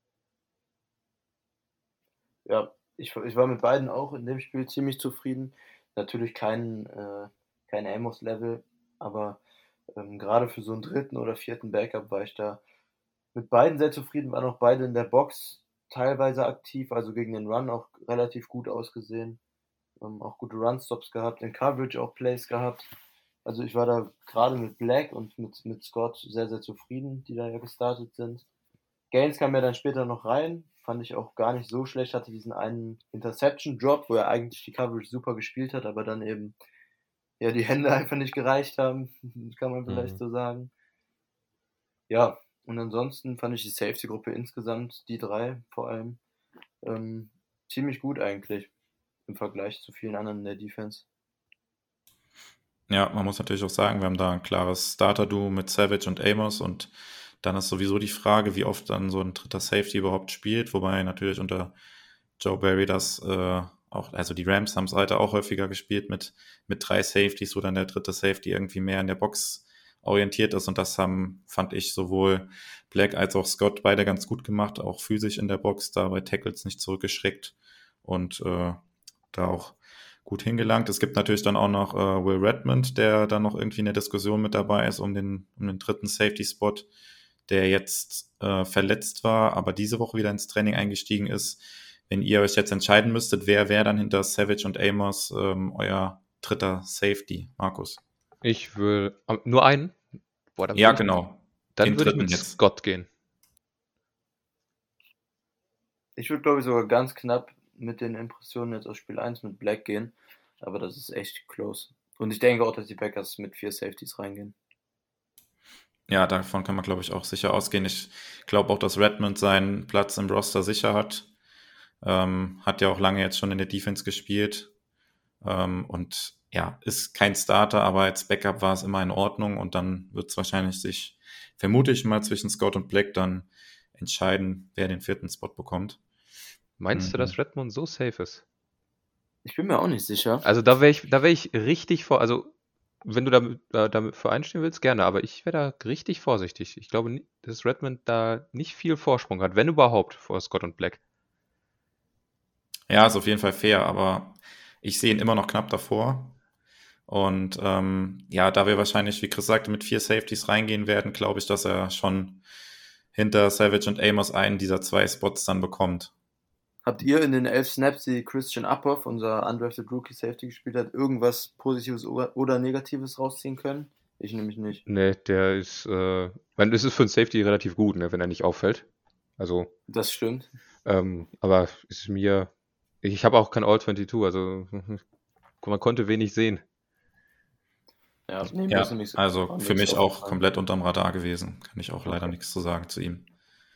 Ja, ich war mit beiden auch in dem Spiel ziemlich zufrieden. Natürlich kein Amos-Level, aber gerade für so einen dritten oder vierten Backup war ich da mit beiden sehr zufrieden, waren auch beide in der Box teilweise aktiv, also gegen den Run auch relativ gut ausgesehen. Auch gute Run-Stops gehabt, in Coverage auch Plays gehabt. Also ich war da gerade mit Black und mit Scott sehr, sehr zufrieden, die da ja gestartet sind. Gaines kam ja dann später noch rein, fand ich auch gar nicht so schlecht, hatte diesen einen Interception-Drop, wo er eigentlich die Coverage super gespielt hat, aber dann eben die Hände einfach nicht gereicht haben, kann man vielleicht so sagen. Ja, und ansonsten fand ich die Safety-Gruppe insgesamt, die drei vor allem, ziemlich gut eigentlich im Vergleich zu vielen anderen in der Defense. Ja, man muss natürlich auch sagen, wir haben da ein klares Starter-Duo mit Savage und Amos, und dann ist sowieso die Frage, wie oft dann so ein dritter Safety überhaupt spielt, wobei natürlich unter Joe Barry das auch, also die Rams haben es heute auch häufiger gespielt mit 3 Safeties, wo dann der dritte Safety irgendwie mehr in der Box orientiert ist, und das fand ich, sowohl Black als auch Scott beide ganz gut gemacht, auch physisch in der Box, da bei Tackles nicht zurückgeschreckt und da auch gut hingelangt. Es gibt natürlich dann auch noch Will Redmond, der dann noch irgendwie in der Diskussion mit dabei ist um den dritten Safety-Spot, der jetzt verletzt war, aber diese Woche wieder ins Training eingestiegen ist. Wenn ihr euch jetzt entscheiden müsstet, wer wäre dann hinter Savage und Amos euer dritter Safety, Markus? Ich will nur einen? Boah, dann genau. Dann würde ich mit jetzt Scott gehen. Ich würde, glaube ich, sogar ganz knapp mit den Impressionen jetzt aus Spiel 1 mit Black gehen, aber das ist echt close. Und ich denke auch, dass die Packers mit 4 Safeties reingehen. Ja, davon kann man, glaube ich, auch sicher ausgehen. Ich glaube auch, dass Redmond seinen Platz im Roster sicher hat. Hat ja auch lange jetzt schon in der Defense gespielt. Und ja, ist kein Starter, aber als Backup war es immer in Ordnung, und dann wird es wahrscheinlich sich, vermute ich mal, zwischen Scott und Black dann entscheiden, wer den 4. Spot bekommt. Meinst du, dass Redmond so safe ist? Ich bin mir auch nicht sicher. Also da wäre ich richtig also wenn du damit für einstehen willst, gerne, aber ich wäre da richtig vorsichtig. Ich glaube, dass Redmond da nicht viel Vorsprung hat, wenn überhaupt, vor Scott und Black. Ja, ist auf jeden Fall fair, aber ich sehe ihn immer noch knapp davor. Und da wir wahrscheinlich, wie Chris sagte, mit 4 Safeties reingehen werden, glaube ich, dass er schon hinter Savage und Amos einen dieser 2 Spots dann bekommt. Habt ihr in den 11 Snaps, die Christian Uphoff, unser undrafted Rookie Safety, gespielt hat, irgendwas Positives oder Negatives rausziehen können? Ich nämlich nicht. Nee, der ist, es ist für einen Safety relativ gut, ne, wenn er nicht auffällt. Also. Das stimmt. Aber ich habe auch kein All-22, also man konnte wenig sehen. Ja, also für mich auch komplett unterm Radar gewesen. Kann ich auch leider nichts zu sagen zu ihm.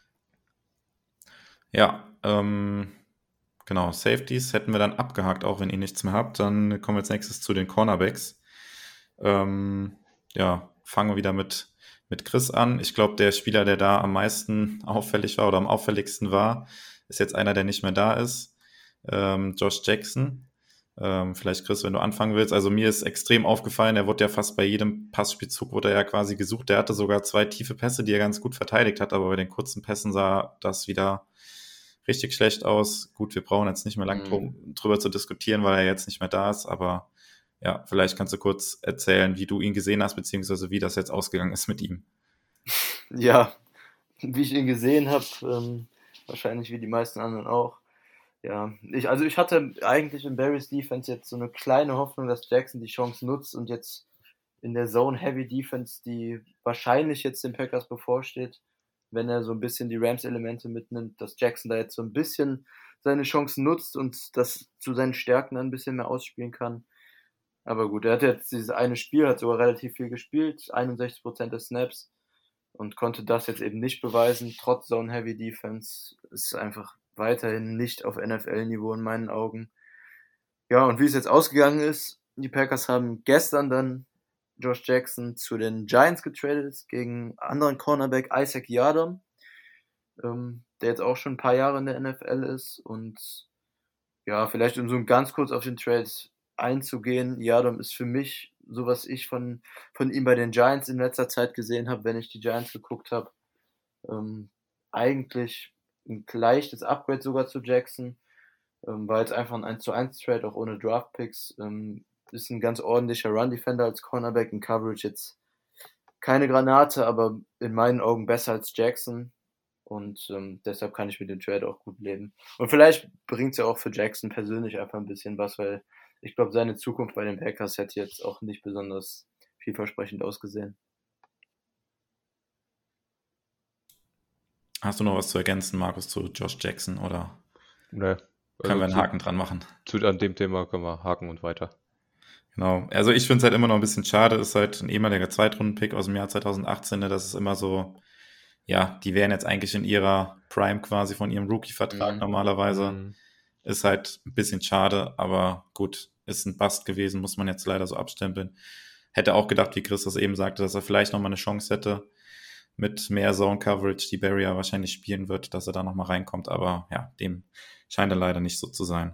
Ja, genau, Safeties hätten wir dann abgehakt, auch wenn ihr nichts mehr habt. Dann kommen wir als nächstes zu den Cornerbacks. Fangen wir wieder mit mit Chris an. Ich glaube, der Spieler, der da am meisten auffällig war oder am auffälligsten war, ist jetzt einer, der nicht mehr da ist. Josh Jackson. Vielleicht Chris, wenn du anfangen willst. Also mir ist extrem aufgefallen, er wurde ja fast bei jedem Passspielzug wurde er ja quasi gesucht. Der hatte sogar 2 tiefe Pässe, die er ganz gut verteidigt hat, aber bei den kurzen Pässen sah das wieder richtig schlecht aus. Gut, wir brauchen jetzt nicht mehr lang drüber zu diskutieren, weil er jetzt nicht mehr da ist, aber ja, vielleicht kannst du kurz erzählen, wie du ihn gesehen hast, beziehungsweise wie das jetzt ausgegangen ist mit ihm. Ja, wie ich ihn gesehen habe, wahrscheinlich wie die meisten anderen auch. Ja, ich hatte eigentlich in Barrys Defense jetzt so eine kleine Hoffnung, dass Jackson die Chance nutzt und jetzt in der Zone-Heavy-Defense, die wahrscheinlich jetzt den Packers bevorsteht, wenn er so ein bisschen die Rams-Elemente mitnimmt, dass Jackson da jetzt so ein bisschen seine Chancen nutzt und das zu seinen Stärken dann ein bisschen mehr ausspielen kann. Aber gut, er hat jetzt dieses eine Spiel, hat sogar relativ viel gespielt, 61% der Snaps und konnte das jetzt eben nicht beweisen, trotz Zone-Heavy-Defense. Ist einfach weiterhin nicht auf NFL-Niveau in meinen Augen. Ja, und wie es jetzt ausgegangen ist, die Packers haben gestern dann Josh Jackson zu den Giants getradet gegen anderen Cornerback Isaac Yiadom, der jetzt auch schon ein paar Jahre in der NFL ist. Und ja, vielleicht um so ganz kurz auf den Trade einzugehen, Yiadom ist für mich so, was ich von ihm bei den Giants in letzter Zeit gesehen habe, wenn ich die Giants geguckt habe, eigentlich ein leichtes Upgrade sogar zu Jackson, war jetzt einfach ein 1:1 Trade, auch ohne Draft-Picks, ist ein ganz ordentlicher Run-Defender als Cornerback, in Coverage jetzt keine Granate, aber in meinen Augen besser als Jackson und deshalb kann ich mit dem Trade auch gut leben. Und vielleicht bringt es ja auch für Jackson persönlich einfach ein bisschen was, weil ich glaube, seine Zukunft bei den Packers hätte jetzt auch nicht besonders vielversprechend ausgesehen. Hast du noch was zu ergänzen, Markus, zu Josh Jackson, oder Nee. können wir einen Haken dran machen? An dem Thema können wir haken und weiter. Genau, also ich finde es halt immer noch ein bisschen schade, ist halt ein ehemaliger Zweitrunden-Pick aus dem Jahr 2018, ne? Das ist immer so, ja, die wären jetzt eigentlich in ihrer Prime quasi von ihrem Rookie-Vertrag normalerweise. Ist halt ein bisschen schade, aber gut, ist ein Bust gewesen, muss man jetzt leider so abstempeln. Hätte auch gedacht, wie Chris das eben sagte, dass er vielleicht nochmal eine Chance hätte, mit mehr Zone-Coverage, die Barry ja wahrscheinlich spielen wird, dass er da nochmal reinkommt, aber ja, dem scheint er leider nicht so zu sein.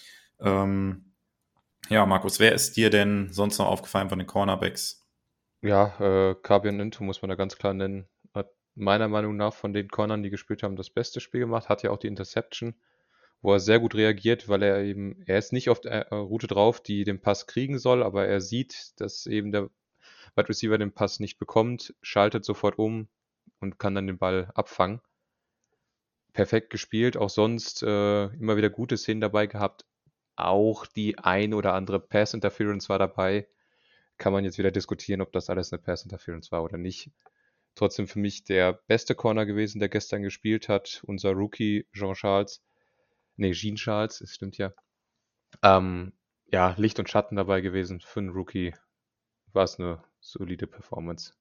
Ja, Markus, wer ist dir denn sonst noch aufgefallen von den Cornerbacks? Ja, Kabian Into muss man da ganz klar nennen. Hat meiner Meinung nach von den Cornern, die gespielt haben, das beste Spiel gemacht. Hat ja auch die Interception, wo er sehr gut reagiert, weil er ist nicht auf der Route drauf, die den Pass kriegen soll, aber er sieht, dass eben der Wide Receiver den Pass nicht bekommt, schaltet sofort um und kann dann den Ball abfangen. Perfekt gespielt, auch sonst immer wieder gute Szenen dabei gehabt. Auch die ein oder andere Pass-Interference war dabei. Kann man jetzt wieder diskutieren, ob das alles eine Pass-Interference war oder nicht. Trotzdem für mich der beste Corner gewesen, der gestern gespielt hat. Unser Rookie Jean Charles, es stimmt ja. Ja, Licht und Schatten dabei gewesen. Für einen Rookie war es eine solide Performance.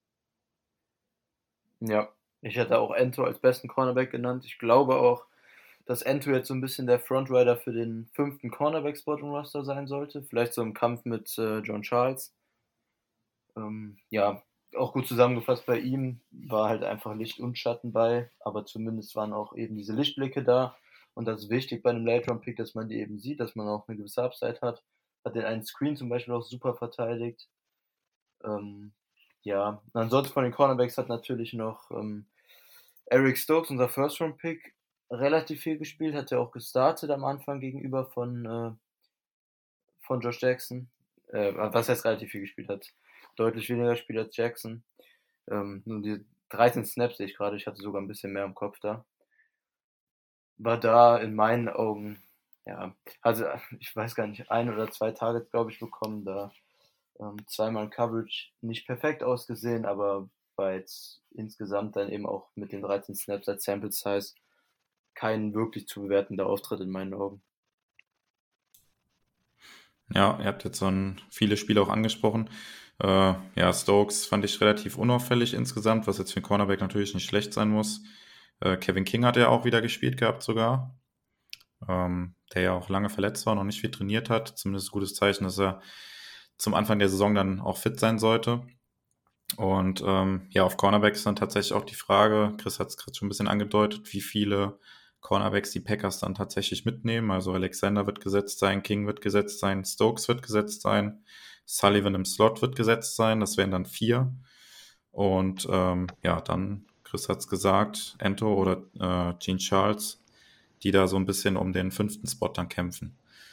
Ja, ich hätte auch Ento als besten Cornerback genannt. Ich glaube auch, dass Ento jetzt so ein bisschen der Frontrider für den 5. Cornerback-Spot im Roster sein sollte. Vielleicht so im Kampf mit John Charles. Ja, auch gut zusammengefasst bei ihm. War halt einfach Licht und Schatten bei, aber zumindest waren auch eben diese Lichtblicke da. Und das ist wichtig bei einem Late-Round-Pick, dass man die eben sieht, dass man auch eine gewisse Upside hat. Hat den einen Screen zum Beispiel auch super verteidigt. Ja, ansonsten von den Cornerbacks hat natürlich noch Eric Stokes, unser First-Round-Pick, relativ viel gespielt, hat ja auch gestartet am Anfang gegenüber von Josh Jackson. Was heißt relativ viel gespielt hat? Deutlich weniger gespielt als Jackson. Nur die 13 Snaps sehe ich gerade, ich hatte sogar ein bisschen mehr im Kopf da. War da in meinen Augen, ja, also ich weiß gar nicht, 1 oder 2 Targets, glaube ich, bekommen, da zweimal Coverage nicht perfekt ausgesehen, aber war jetzt insgesamt dann eben auch mit den 13 Snaps als Sample Size kein wirklich zu bewertender Auftritt in meinen Augen. Ja, ihr habt jetzt viele Spiele auch angesprochen. Ja, Stokes fand ich relativ unauffällig insgesamt, was jetzt für einen Cornerback natürlich nicht schlecht sein muss. Kevin King hat ja auch wieder gespielt gehabt sogar, der ja auch lange verletzt war und noch nicht viel trainiert hat. Zumindest ein gutes Zeichen, dass er zum Anfang der Saison dann auch fit sein sollte. Und ja, auf Cornerback ist dann tatsächlich auch die Frage, Chris hat es gerade schon ein bisschen angedeutet, wie viele Cornerbacks die Packers dann tatsächlich mitnehmen. Also Alexander wird gesetzt sein, King wird gesetzt sein, Stokes wird gesetzt sein, Sullivan im Slot wird gesetzt sein, das wären dann 4. Und ja, dann, Chris hat es gesagt, Ento oder Gene Charles, die da so ein bisschen um den 5. Spot dann kämpfen.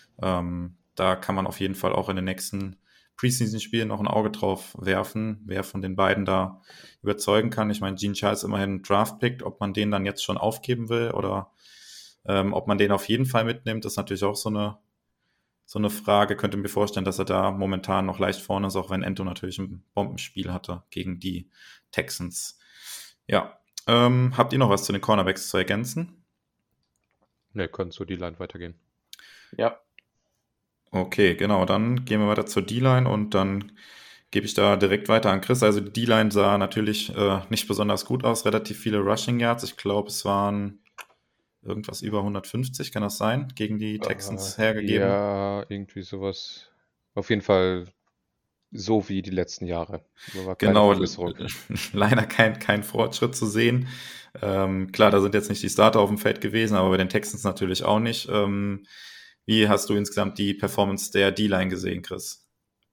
Da kann man auf jeden Fall auch in den nächsten Preseason-Spielen noch ein Auge drauf werfen, wer von den beiden da überzeugen kann. Ich meine, Gene Charles immerhin Draft-Pick, ob man den dann jetzt schon aufgeben will oder ob man den auf jeden Fall mitnimmt, ist natürlich auch so eine Frage. Könnte mir vorstellen, dass er da momentan noch leicht vorne ist, auch wenn Ento natürlich ein Bombenspiel hatte gegen die Texans. Ja, habt ihr noch was zu den Cornerbacks zu ergänzen? Ne, können zur D-Line weitergehen. Ja. Okay, genau, dann gehen wir weiter zur D-Line und dann gebe ich da direkt weiter an Chris. Also die D-Line sah natürlich nicht besonders gut aus, relativ viele Rushing Yards. Ich glaube, es waren irgendwas über 150, kann das sein, gegen die Texans hergegeben? Ja, irgendwie sowas. Auf jeden Fall so wie die letzten Jahre. Da war keine Genau, Verbesserung. leider kein Fortschritt zu sehen. Klar, da sind jetzt nicht die Starter auf dem Feld gewesen, aber bei den Texans natürlich auch nicht. Wie hast du insgesamt die Performance der D-Line gesehen, Chris?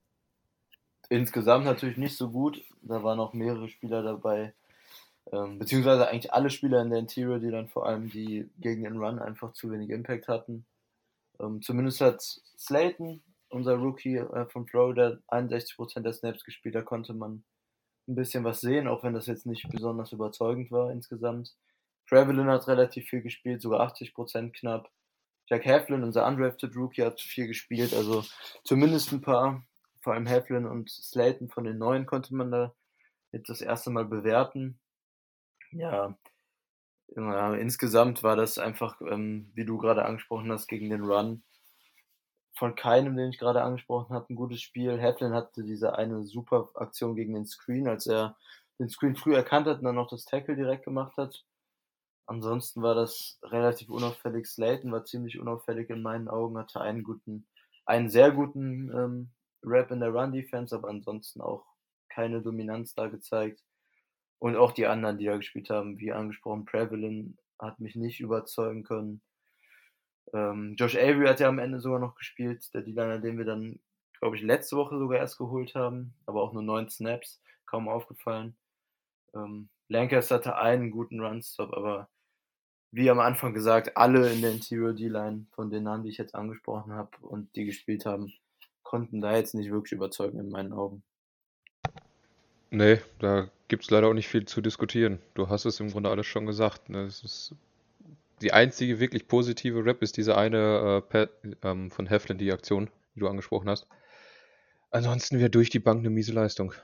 Insgesamt natürlich nicht so gut. Da waren auch mehrere Spieler dabei, beziehungsweise eigentlich alle Spieler in der Interior, die dann vor allem die gegen den Run einfach zu wenig Impact hatten. Zumindest hat Slayton, unser Rookie von Florida, 61% der Snaps gespielt. Da konnte man ein bisschen was sehen, auch wenn das jetzt nicht besonders überzeugend war insgesamt. Trevelyan hat relativ viel gespielt, sogar 80% knapp. Jack Heflin, unser undrafted Rookie, hat viel gespielt, also zumindest ein paar. Vor allem Heflin und Slayton von den Neuen konnte man da jetzt das erste Mal bewerten. Ja, insgesamt war das einfach, wie du gerade angesprochen hast, gegen den Run von keinem, den ich gerade angesprochen habe, ein gutes Spiel. Heflin hatte diese eine super Aktion gegen den Screen, als er den Screen früh erkannt hat und dann noch das Tackle direkt gemacht hat. Ansonsten war das relativ unauffällig. Slayton war ziemlich unauffällig in meinen Augen, hatte einen sehr guten Rap in der Run-Defense, aber ansonsten auch keine Dominanz da gezeigt. Und auch die anderen, die da gespielt haben, wie angesprochen, Prevalin hat mich nicht überzeugen können. Josh Avery hat ja am Ende sogar noch gespielt, der D-Liner, den wir dann, glaube ich, letzte Woche sogar erst geholt haben, aber auch nur 9 Snaps, kaum aufgefallen. Lancaster hatte einen guten Run-Stop, aber wie am Anfang gesagt, alle in der Interior D-Line von den Namen, die ich jetzt angesprochen habe und die gespielt haben, konnten da jetzt nicht wirklich überzeugen in meinen Augen. Nee, da gibt es leider auch nicht viel zu diskutieren. Du hast es im Grunde alles schon gesagt. Ne? Es ist die einzige wirklich positive Rap ist diese eine von Heflin, die Aktion, die du angesprochen hast. Ansonsten wieder durch die Bank eine miese Leistung.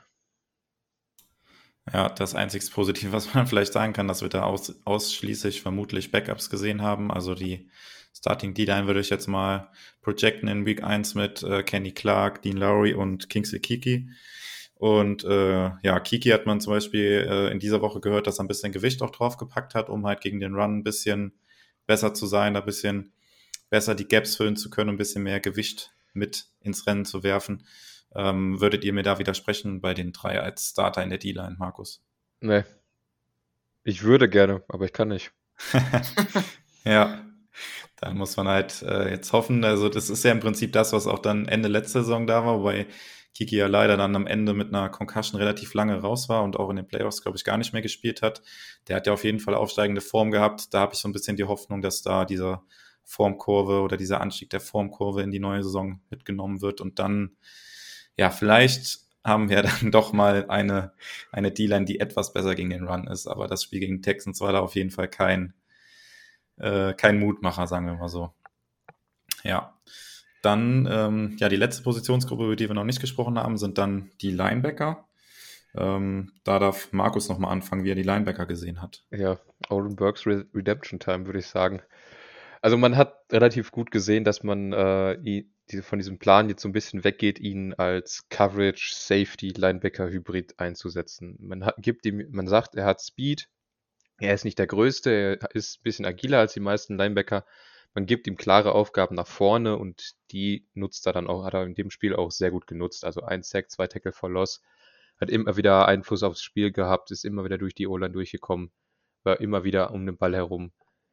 Ja, das einzig Positive, was man vielleicht sagen kann, dass wir da ausschließlich vermutlich Backups gesehen haben. Also die Starting D-Line würde ich jetzt mal projecten in Week 1 mit Kenny Clark, Dean Lowry und Kingsley Kiki. Und ja, Kiki hat man zum Beispiel in dieser Woche gehört, dass er ein bisschen Gewicht auch draufgepackt hat, um halt gegen den Run ein bisschen besser zu sein, ein bisschen besser die Gaps füllen zu können, ein bisschen mehr Gewicht mit ins Rennen zu werfen. Würdet ihr mir da widersprechen bei den 3 als Starter in der D-Line, Markus? Nee. Ich würde gerne, aber ich kann nicht. Ja, da muss man halt jetzt hoffen. Also das ist ja im Prinzip das, was auch dann Ende letzte Saison da war, wobei Kiki ja leider dann am Ende mit einer Concussion relativ lange raus war und auch in den Playoffs, glaube ich, gar nicht mehr gespielt hat. Der hat ja auf jeden Fall aufsteigende Form gehabt. Da habe ich so ein bisschen die Hoffnung, dass da diese Formkurve oder dieser Anstieg der Formkurve in die neue Saison mitgenommen wird und dann, ja, vielleicht haben wir dann doch mal eine D-Line, die etwas besser gegen den Run ist. Aber das Spiel gegen Texans war da auf jeden Fall kein Mutmacher, sagen wir mal so. Ja, dann, ja, die letzte Positionsgruppe, über die wir noch nicht gesprochen haben, sind dann die Linebacker. Da darf Markus nochmal anfangen, wie er die Linebacker gesehen hat. Ja, Oren Burks Redemption Time, würde ich sagen. Also man hat relativ gut gesehen, dass man von diesem Plan jetzt so ein bisschen weggeht, ihn als Coverage, Safety, Linebacker-Hybrid einzusetzen. Man sagt, er hat Speed, er ist nicht der Größte, er ist ein bisschen agiler als die meisten Linebacker. Man gibt ihm klare Aufgaben nach vorne und die hat er in dem Spiel auch sehr gut genutzt. Also 1 Sack, 2 Tackle for Loss. hat immer wieder Einfluss aufs Spiel gehabt, ist immer wieder durch die O-Line durchgekommen, war immer wieder um den Ball herum.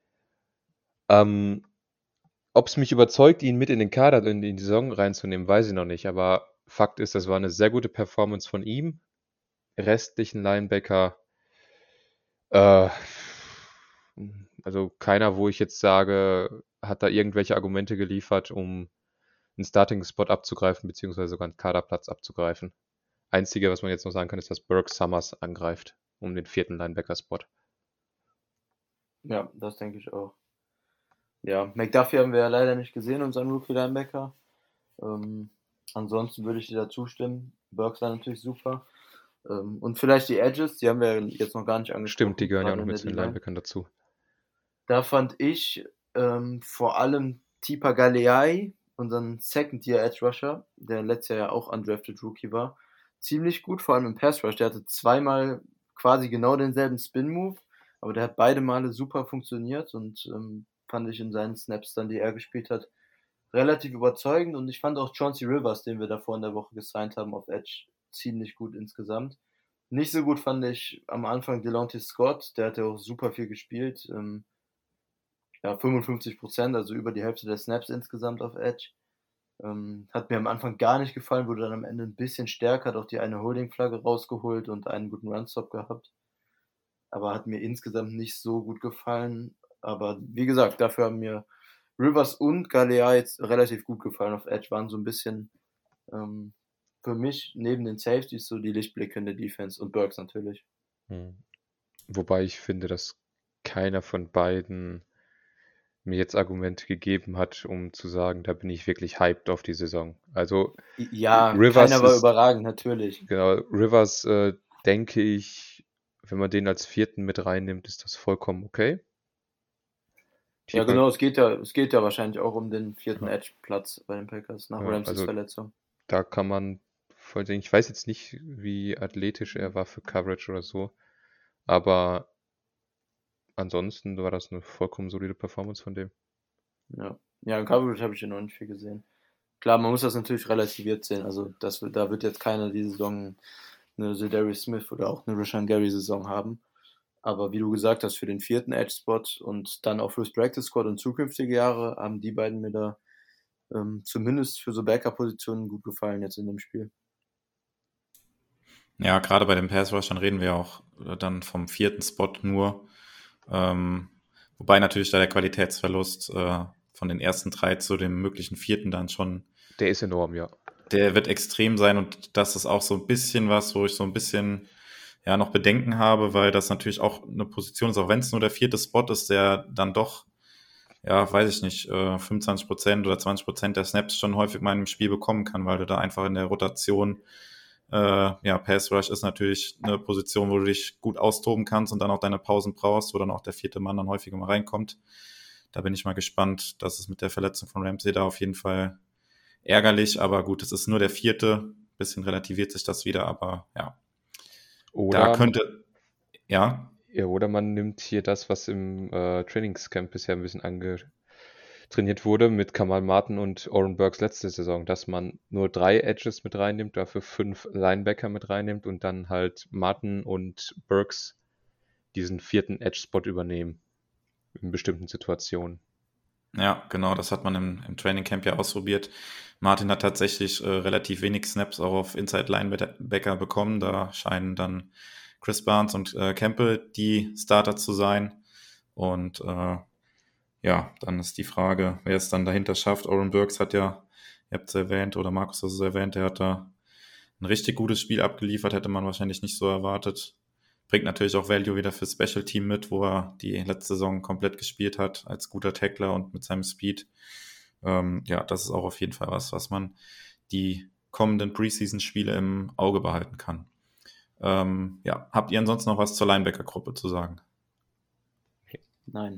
Ob es mich überzeugt, ihn mit in den Kader in die Saison reinzunehmen, weiß ich noch nicht. Aber Fakt ist, das war eine sehr gute Performance von ihm. Restlichen Linebacker, also keiner, wo ich jetzt sage, hat da irgendwelche Argumente geliefert, um einen Starting-Spot abzugreifen, beziehungsweise sogar einen Kaderplatz abzugreifen. Einzige, was man jetzt noch sagen kann, ist, dass Burke Summers angreift um den 4. Linebacker-Spot. Ja, das denke ich auch. Ja, McDuffie haben wir ja leider nicht gesehen, unseren Rookie-Linebacker. Ansonsten würde ich dir da zustimmen. Burke war natürlich super. Und vielleicht die Edges, die haben wir jetzt noch gar nicht angesprochen. Stimmt, die gehören ja auch gerade noch in mit der zu den D-Line. Linebackern dazu. Da fand ich vor allem Tipa Galeai, unseren Second-Year-Edge-Rusher, der letztes Jahr ja auch undrafted Rookie war, ziemlich gut, vor allem im Pass-Rush. Der hatte zweimal quasi genau denselben Spin-Move, aber der hat beide Male super funktioniert und fand ich in seinen Snaps dann, die er gespielt hat, relativ überzeugend. Und ich fand auch Chauncey Rivers, den wir davor in der Woche gesigned haben auf Edge, ziemlich gut insgesamt. Nicht so gut fand ich am Anfang Delonte Scott, der hat ja auch super viel gespielt. Ja, 55%, also über die Hälfte der Snaps insgesamt auf Edge. Hat mir am Anfang gar nicht gefallen, wurde dann am Ende ein bisschen stärker, hat auch die eine Holding-Flagge rausgeholt und einen guten Run-Stop gehabt. Aber hat mir insgesamt nicht so gut gefallen. Aber wie gesagt, dafür haben mir Rivers und Galea jetzt relativ gut gefallen auf Edge, waren so ein bisschen für mich neben den Safeties so die Lichtblicke in der Defense und Burks natürlich. Wobei ich finde, dass keiner von beiden mir jetzt Argumente gegeben hat, um zu sagen, da bin ich wirklich hyped auf die Saison. Also Ja, Rivers keiner war ist- überragend, natürlich. genau, Rivers, denke ich, wenn man den als 4. mit reinnimmt, ist das vollkommen okay. Ja, Tipa- genau, es geht ja wahrscheinlich auch um den 4. Ja. Edge-Platz bei den Packers nach Ja, Ramses also- Verletzung. Da kann man voll sehen. Ich weiß jetzt nicht, wie athletisch er war für Coverage oder so, aber ansonsten war das eine vollkommen solide Performance von dem. Ja, in Coverage habe ich ja noch nicht viel gesehen. Klar, man muss das natürlich relativiert sehen. Also da wird jetzt keiner diese Saison eine Zedarius Smith oder auch eine Rashan Gary-Saison haben. Aber wie du gesagt hast, für den 4. Edge-Spot und dann auch fürs Practice-Squad und zukünftige Jahre haben die beiden mir da zumindest für so Backup-Positionen gut gefallen jetzt in dem Spiel. Ja, gerade bei den Pass-Rushern reden wir auch dann vom 4. Spot nur. Wobei natürlich da der Qualitätsverlust von den ersten 3 zu dem möglichen 4. dann schon, Der ist enorm, ja. der wird extrem sein und das ist auch so ein bisschen was, wo ich so ein bisschen ja noch Bedenken habe, weil das natürlich auch eine Position ist, auch wenn es nur der 4. Spot ist, der dann doch, ja, weiß ich nicht, 25% oder 20% der Snaps schon häufig mal im Spiel bekommen kann, weil du da einfach in der Rotation ja, Pass Rush ist natürlich eine Position, wo du dich gut austoben kannst und dann auch deine Pausen brauchst, wo dann auch der 4. Mann dann häufiger mal reinkommt. Da bin ich mal gespannt. Das ist mit der Verletzung von Ramsey da auf jeden Fall ärgerlich, aber gut, es ist nur der 4. Bisschen relativiert sich das wieder, aber ja. Oder, Da könnte, ja, oder man nimmt hier das, was im Trainingscamp bisher ein bisschen angetrainiert wurde mit Kamal Martin und Oren Burks letzte Saison, dass man nur 3 Edges mit reinnimmt, dafür 5 Linebacker mit reinnimmt und dann halt Martin und Burks diesen 4. Edge-Spot übernehmen in bestimmten Situationen. Ja, genau, das hat man im Training Camp ja ausprobiert. Martin hat tatsächlich relativ wenig Snaps auch auf Inside Linebacker bekommen. Da scheinen dann Chris Barnes und Campbell die Starter zu sein. Und ja, dann ist die Frage, wer es dann dahinter schafft. Oren Burks hat ja, ihr habt es erwähnt, oder Markus hat es erwähnt, der hat da ein richtig gutes Spiel abgeliefert, hätte man wahrscheinlich nicht so erwartet. Bringt natürlich auch Value wieder für Special Team mit, wo er die letzte Saison komplett gespielt hat, als guter Tackler und mit seinem Speed. Ja, das ist auch auf jeden Fall was man die kommenden Preseason-Spiele im Auge behalten kann. Ja, habt ihr ansonsten noch was zur Linebacker-Gruppe zu sagen? Nein.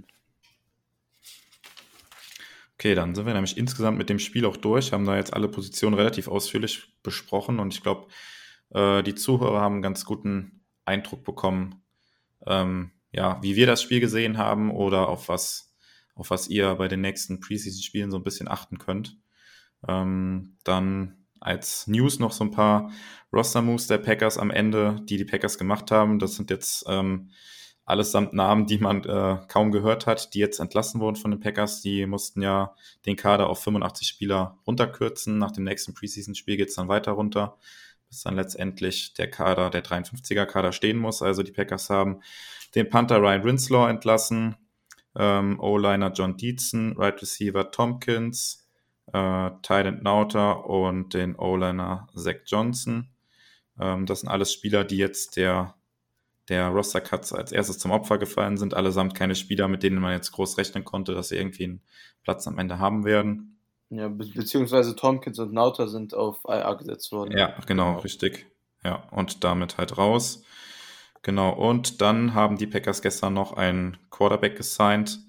Okay, dann sind wir nämlich insgesamt mit dem Spiel auch durch, haben da jetzt alle Positionen relativ ausführlich besprochen und ich glaube, die Zuhörer haben einen ganz guten Eindruck bekommen, ja, wie wir das Spiel gesehen haben oder auf was auf was ihr bei den nächsten Preseason-Spielen so ein bisschen achten könnt. Dann als News noch so ein paar Roster-Moves der Packers am Ende, die Packers gemacht haben. Das sind jetzt allesamt Namen, die man kaum gehört hat, die jetzt entlassen wurden von den Packers. Die mussten ja den Kader auf 85 Spieler runterkürzen. Nach dem nächsten Preseason-Spiel geht es dann weiter runter, bis dann letztendlich der 53er-Kader stehen muss. Also die Packers haben den Punter Ryan Rinslaw entlassen, O-Liner John Dietzen, Right Receiver Tompkins, Tight End Nauta und den O-Liner Zach Johnson. Das sind alles Spieler, die jetzt der Roster-Cuts als erstes zum Opfer gefallen sind. Allesamt keine Spieler, mit denen man jetzt groß rechnen konnte, dass sie irgendwie einen Platz am Ende haben werden. Ja, beziehungsweise Tompkins und Nauta sind auf IR gesetzt worden. Ja, genau, richtig. Ja, und damit halt raus. Genau, und dann haben die Packers gestern noch einen Quarterback gesigned,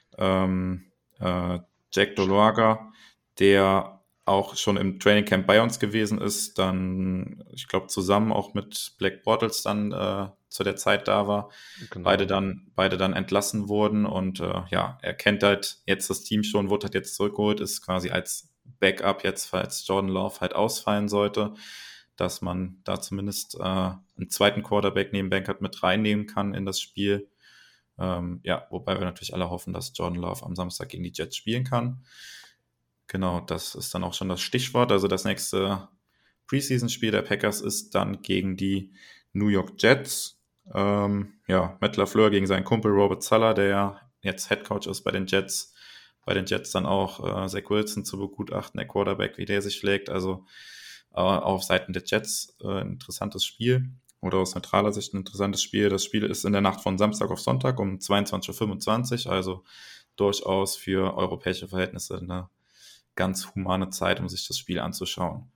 Jack Dolaga, der auch schon im Training Camp bei uns gewesen ist, dann, ich glaube, zusammen auch mit Black Bortles dann zu der Zeit da war. Genau. Beide dann entlassen wurden und ja, er kennt halt jetzt das Team schon, wurde halt jetzt zurückgeholt, ist quasi als Backup jetzt, falls Jordan Love halt ausfallen sollte, dass man da zumindest einen zweiten Quarterback neben Bankert mit reinnehmen kann in das Spiel. Ja, wobei wir natürlich alle hoffen, dass Jordan Love am Samstag gegen die Jets spielen kann. Genau, das ist dann auch schon das Stichwort. Also das nächste Preseason-Spiel der Packers ist dann gegen die New York Jets. Ja, Matt LaFleur gegen seinen Kumpel Robert Saleh, der ja jetzt Headcoach ist bei den Jets. Bei den Jets dann auch Zach Wilson zu begutachten, der Quarterback, wie der sich schlägt. Also auf Seiten der Jets ein interessantes Spiel. Oder aus neutraler Sicht ein interessantes Spiel. Das Spiel ist in der Nacht von Samstag auf Sonntag um 22.25 Uhr. Also durchaus für europäische Verhältnisse eine ganz humane Zeit, um sich das Spiel anzuschauen.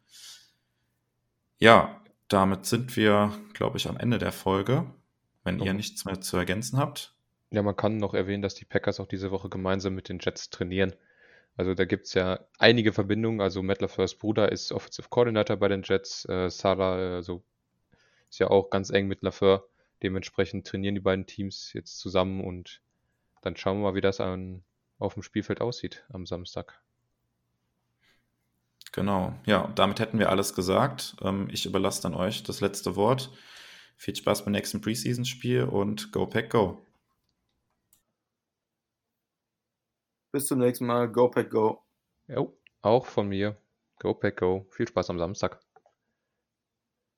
Ja, damit sind wir, glaube ich, am Ende der Folge, wenn ihr nichts mehr zu ergänzen habt. Ja, man kann noch erwähnen, dass die Packers auch diese Woche gemeinsam mit den Jets trainieren. Also da gibt es ja einige Verbindungen. Also Matt LaFleurs Bruder ist Offensive Coordinator bei den Jets. Saleh ist ja auch ganz eng mit LaFleur. Dementsprechend trainieren die beiden Teams jetzt zusammen und dann schauen wir mal, wie das auf dem Spielfeld aussieht am Samstag. Genau, ja, damit hätten wir alles gesagt. Ich überlasse dann euch das letzte Wort. Viel Spaß beim nächsten Preseason-Spiel und Go Pack Go! Bis zum nächsten Mal. Go Pack Go! Jo, auch von mir. Go Pack Go. Viel Spaß am Samstag.